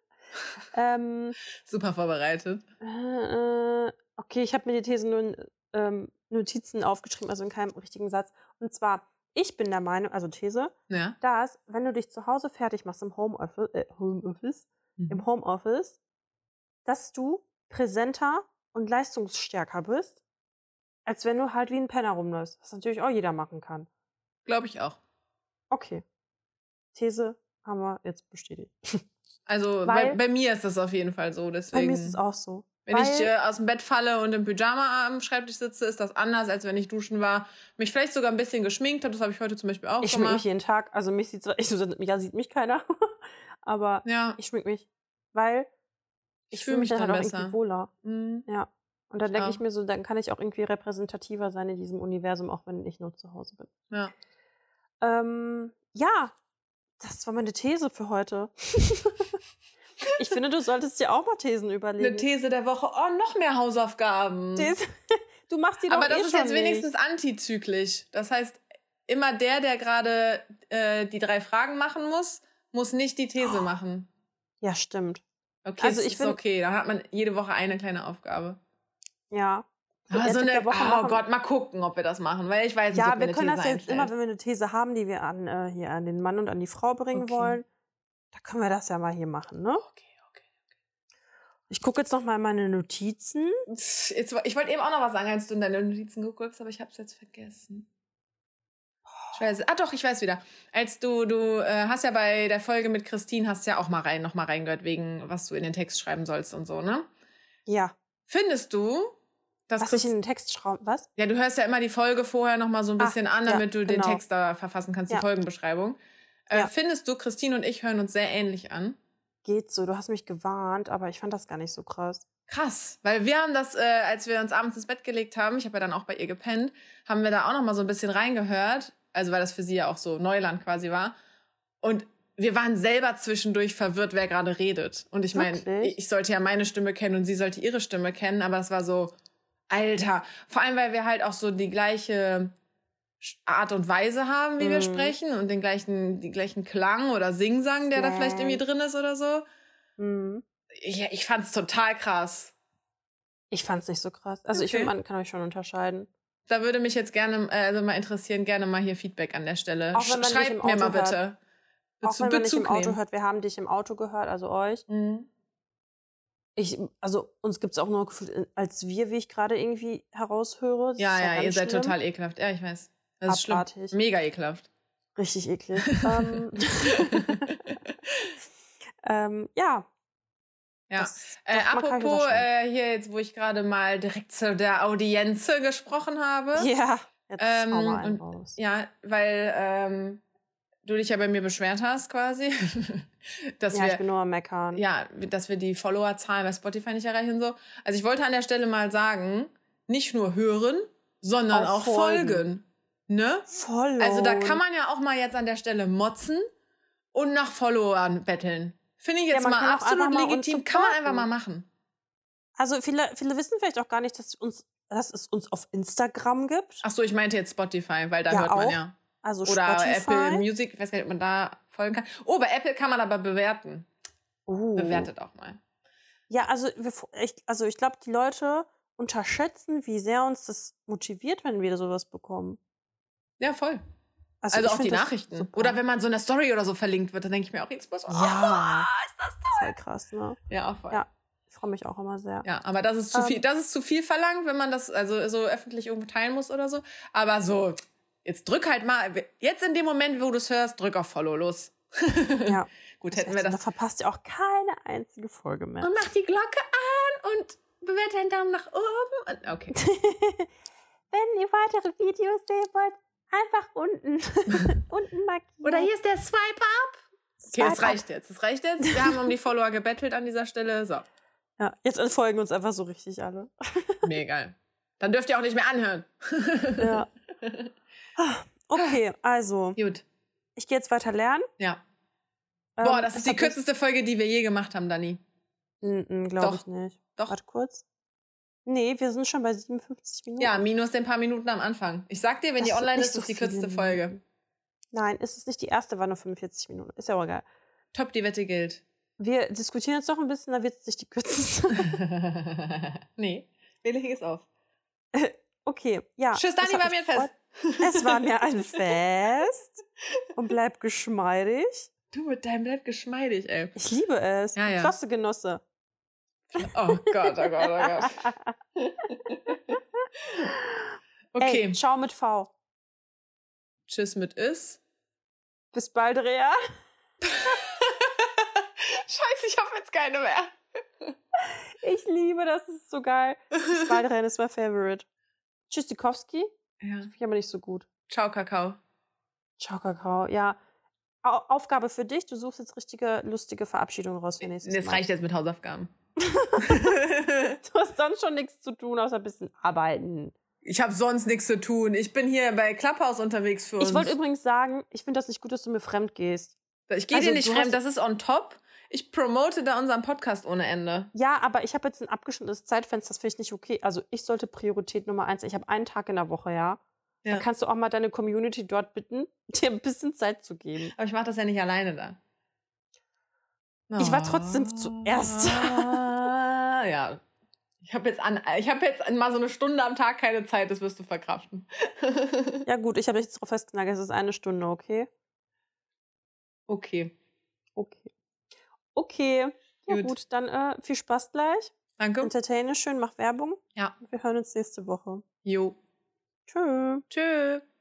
Super vorbereitet. Okay, ich habe mir die These nur in Notizen aufgeschrieben, also in keinem richtigen Satz. Und zwar, ich bin der Meinung, also These, dass, wenn du dich zu Hause fertig machst im Homeoffice, dass du präsenter und leistungsstärker bist, als wenn du halt wie ein Penner rumläufst. Was natürlich auch jeder machen kann. Glaube ich auch. Okay. These haben wir jetzt bestätigt. Also bei mir ist das auf jeden Fall so. Deswegen, bei mir ist es auch so. Wenn ich aus dem Bett falle und im Pyjama am Schreibtisch sitze, ist das anders, als wenn ich duschen war. Mich vielleicht sogar ein bisschen geschminkt habe. Das habe ich heute zum Beispiel auch gemacht. Ich schmink mich jeden Tag. Also mich sieht sieht mich keiner. Aber ich schmink mich. Weil ich fühle mich dann halt auch irgendwie wohler. Ja. Und dann denke ich mir so, dann kann ich auch irgendwie repräsentativer sein in diesem Universum, auch wenn ich nur zu Hause bin. Ja. Ja, das war meine These für heute. Ich finde, du solltest dir auch mal Thesen überlegen. Eine These der Woche. Oh, noch mehr Hausaufgaben. Du machst die doch Aber das ist jetzt nicht. wenigstens antizyklisch. Das heißt, immer der gerade die 3 Fragen machen muss nicht die These machen. Ja, stimmt. Okay, also ist okay. Dann hat man jede Woche eine kleine Aufgabe. Ja. So oh Gott, mal gucken, ob wir das machen, weil ich weiß nicht, ob mir eine These einfällt. Ja, wir können das jetzt immer, wenn wir eine These haben, die wir hier an den Mann und an die Frau bringen wollen, da können wir das ja mal hier machen, ne? Okay. Ich gucke jetzt noch mal in meine Notizen. Ich wollte eben auch noch was sagen, als du in deine Notizen geguckt hast, aber ich habe es jetzt vergessen. Scheiße. Doch, ich weiß wieder. Als du hast ja bei der Folge mit Christine hast ja auch noch mal reingehört, wegen was du in den Text schreiben sollst und so, ne? Ja. Findest du, dass was ich in den Text schreibe? Was? Ja, du hörst ja immer die Folge vorher noch mal so ein bisschen an, damit du den Text da verfassen kannst, die Folgenbeschreibung. Findest du, Christine und ich hören uns sehr ähnlich an? Geht so. Du hast mich gewarnt, aber ich fand das gar nicht so krass. Krass, weil wir haben das, als wir uns abends ins Bett gelegt haben, ich habe ja dann auch bei ihr gepennt, haben wir da auch noch mal so ein bisschen reingehört, also weil das für sie ja auch so Neuland quasi war. Und wir waren selber zwischendurch verwirrt, wer gerade redet. Und ich meine, ich sollte ja meine Stimme kennen und sie sollte ihre Stimme kennen, aber es war so, Alter. Vor allem, weil wir halt auch so die gleiche Art und Weise haben, wie wir sprechen und die gleichen Klang oder Singsang, der da vielleicht irgendwie drin ist oder so. Ja, ich fand's total krass. Ich fand's nicht so krass. Also ich finde, man kann euch schon unterscheiden. Da würde mich jetzt gerne mal interessieren, gerne mal hier Feedback an der Stelle. Schreibt mir mal bitte. Auch wenn man nicht im Auto hört, wir haben dich im Auto gehört, also euch. Also uns gibt's auch nur gefühlt als wir, wie ich gerade irgendwie heraushöre. Ja, ihr seid total ekelhaft. Ja, ich weiß. Das ist schlimm. Mega ekelhaft. Richtig eklig. Ja. Apropos, hier jetzt, wo ich gerade mal direkt zu der Audienz gesprochen habe. Ja, jetzt hau mal einen raus. Ja, weil du dich ja bei mir beschwert hast quasi. Ich bin nur am Meckern. Ja, dass wir die Followerzahlen bei Spotify nicht erreichen und so. Also ich wollte an der Stelle mal sagen, nicht nur hören, sondern auch folgen. Ne? Follow. Also da kann man ja auch mal jetzt an der Stelle motzen und nach Followern betteln. Finde ich jetzt mal absolut legitim. Kann man einfach mal machen. Also viele wissen vielleicht auch gar nicht, dass es uns auf Instagram gibt. Ach so, ich meinte jetzt Spotify, weil da hört man ja. Also oder Spotify. Apple Music, ich weiß gar nicht, ob man da folgen kann. Oh, bei Apple kann man aber bewerten. Bewertet auch mal. Ja, also ich glaube, die Leute unterschätzen, wie sehr uns das motiviert, wenn wir sowas bekommen. Ja, voll. Also auch die Nachrichten. Super. Oder wenn man so in der Story oder so verlinkt wird, dann denke ich mir auch jedes Mal so, ist das toll. Voll krass, ne? Ja, voll. Ja, ich freue mich auch immer sehr. Ja, aber das ist zu viel verlangt, wenn man das also so öffentlich irgendwo teilen muss oder so. Aber so, jetzt drück halt mal, jetzt in dem Moment, wo du es hörst, drück auf Follow, los. Ja. Gut, hätten wir das. Da verpasst ihr auch keine einzige Folge mehr. Und mach die Glocke an und bewerte einen Daumen nach oben. Und, okay. Wenn ihr weitere Videos sehen wollt, einfach unten markieren. Oder hier ist der Swipe-Up. Okay, das reicht jetzt. Wir haben um die Follower gebettelt an dieser Stelle. So. Ja, jetzt entfolgen uns einfach so richtig alle. Mega geil. Dann dürft ihr auch nicht mehr anhören. Ja. Okay, also. Gut. Ich gehe jetzt weiter lernen. Ja. Boah, das ist die kürzeste Folge, die wir je gemacht haben, Dani. Glaube ich nicht. Doch. Warte kurz. Nee, wir sind schon bei 57 Minuten. Ja, minus den paar Minuten am Anfang. Ich sag dir, wenn die online ist, ist die kürzeste Folge. Nein, ist es nicht. Die erste war nur 45 Minuten. Ist ja auch egal. Top, die Wette gilt. Wir diskutieren jetzt noch ein bisschen, dann wird es nicht die kürzeste. Nee, wir legen es auf. Okay, ja. Tschüss, Dani, war mir ein Fest. Es war mir ein Fest. Und bleib geschmeidig. Du mit deinem bleib geschmeidig, ey. Ich liebe es. Ja. Flosse Genosse. Oh Gott, oh Gott, oh Gott. Okay. Ey, ciao mit V. Tschüss mit Is. Bis bald, Rea. Scheiße, ich habe jetzt keine mehr. Ich liebe das, ist so geil. Bis bald, Rea ist mein Favorite. Tschüss, Dikowski. Ja. Finde ich aber nicht so gut. Ciao, Kakao. Ciao, Kakao. Ja. Aufgabe für dich. Du suchst jetzt richtige, lustige Verabschiedungen raus für nächstes Mal. Das reicht jetzt mit Hausaufgaben. Du hast sonst schon nichts zu tun, außer ein bisschen arbeiten. Ich habe sonst nichts zu tun. Ich bin hier bei Clubhouse unterwegs für uns. Ich wollte übrigens sagen, ich finde das nicht gut, dass du mir fremd gehst. Ich gehe dir nicht fremd, das ist on top. Ich promote da unseren Podcast ohne Ende. Ja, aber ich habe jetzt ein abgeschnittenes Zeitfenster, das finde ich nicht okay. Also ich sollte Priorität Nummer 1. Ich habe einen Tag in der Woche, ja. Da kannst du auch mal deine Community dort bitten, dir ein bisschen Zeit zu geben. Aber ich mache das ja nicht alleine da. Oh. Ich war trotzdem zuerst. Ja. Ich habe jetzt mal so eine Stunde am Tag keine Zeit, das wirst du verkraften. Ja gut, ich habe mich jetzt darauf festgenagelt, es ist 1 Stunde, okay? Okay. Ja gut, dann viel Spaß gleich. Danke. Entertaine schön, mach Werbung. Ja. Wir hören uns nächste Woche. Jo. Tschö.